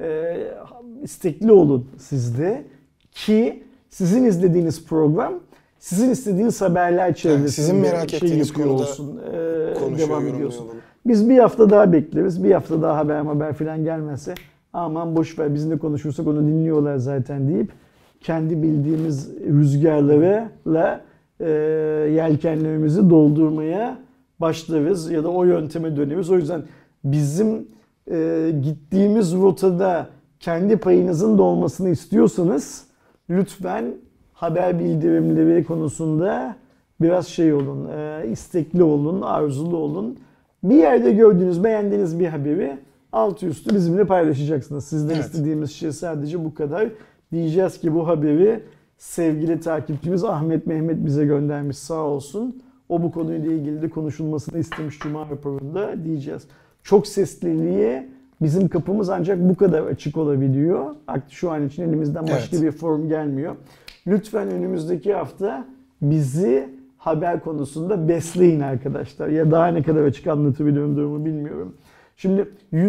istekli olun siz de. Ki sizin izlediğiniz program sizin istediğiniz haberler çevresinde sizin merak ettiğiniz konuda olsun, devam ediyorsun. olalım. Biz bir hafta daha bekleriz. Bir hafta daha haber falan gelmezse aman boş ver, biz ne konuşursak onu dinliyorlar zaten deyip kendi bildiğimiz rüzgarlarla yelkenlerimizi doldurmaya başlarız ya da o yönteme döneriz. O yüzden bizim gittiğimiz rotada kendi payınızın da olmasını istiyorsanız lütfen haber bildirimleri konusunda biraz şey olun, istekli olun, arzulu olun. Bir yerde gördüğünüz, beğendiğiniz bir haberi altı üstü bizimle paylaşacaksınız. Sizden istediğimiz şey sadece bu kadar. Diyeceğiz ki bu haberi sevgili takipçimiz Ahmet Mehmet bize göndermiş, sağ olsun. O bu konuyla ilgili de konuşulmasını istemiş Cuma raporunda diyeceğiz. Çok sesliliğe bizim kapımız ancak bu kadar açık olabiliyor. Şu an için elimizden başka bir form gelmiyor. Lütfen önümüzdeki hafta bizi haber konusunda besleyin arkadaşlar. Ya daha ne kadar açık anlatabiliyorum durumu bilmiyorum. Şimdi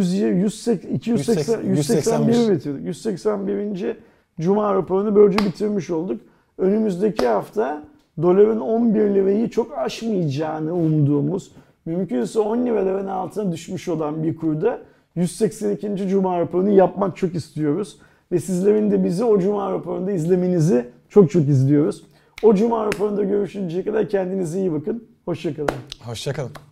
181. Cuma raporunu böylece bitirmiş olduk. Önümüzdeki hafta doların 11 lirayı çok aşmayacağını umduğumuz, mümkünse 10 liraların altına düşmüş olan bir kurda 182. Cuma raporunu yapmak çok istiyoruz. Ve sizlerin de bizi o Cuma raporunda izlemenizi çok izliyoruz. O Cuma raporunda görüşünceye kadar kendinize iyi bakın. Hoşça kalın. Hoşça kalın.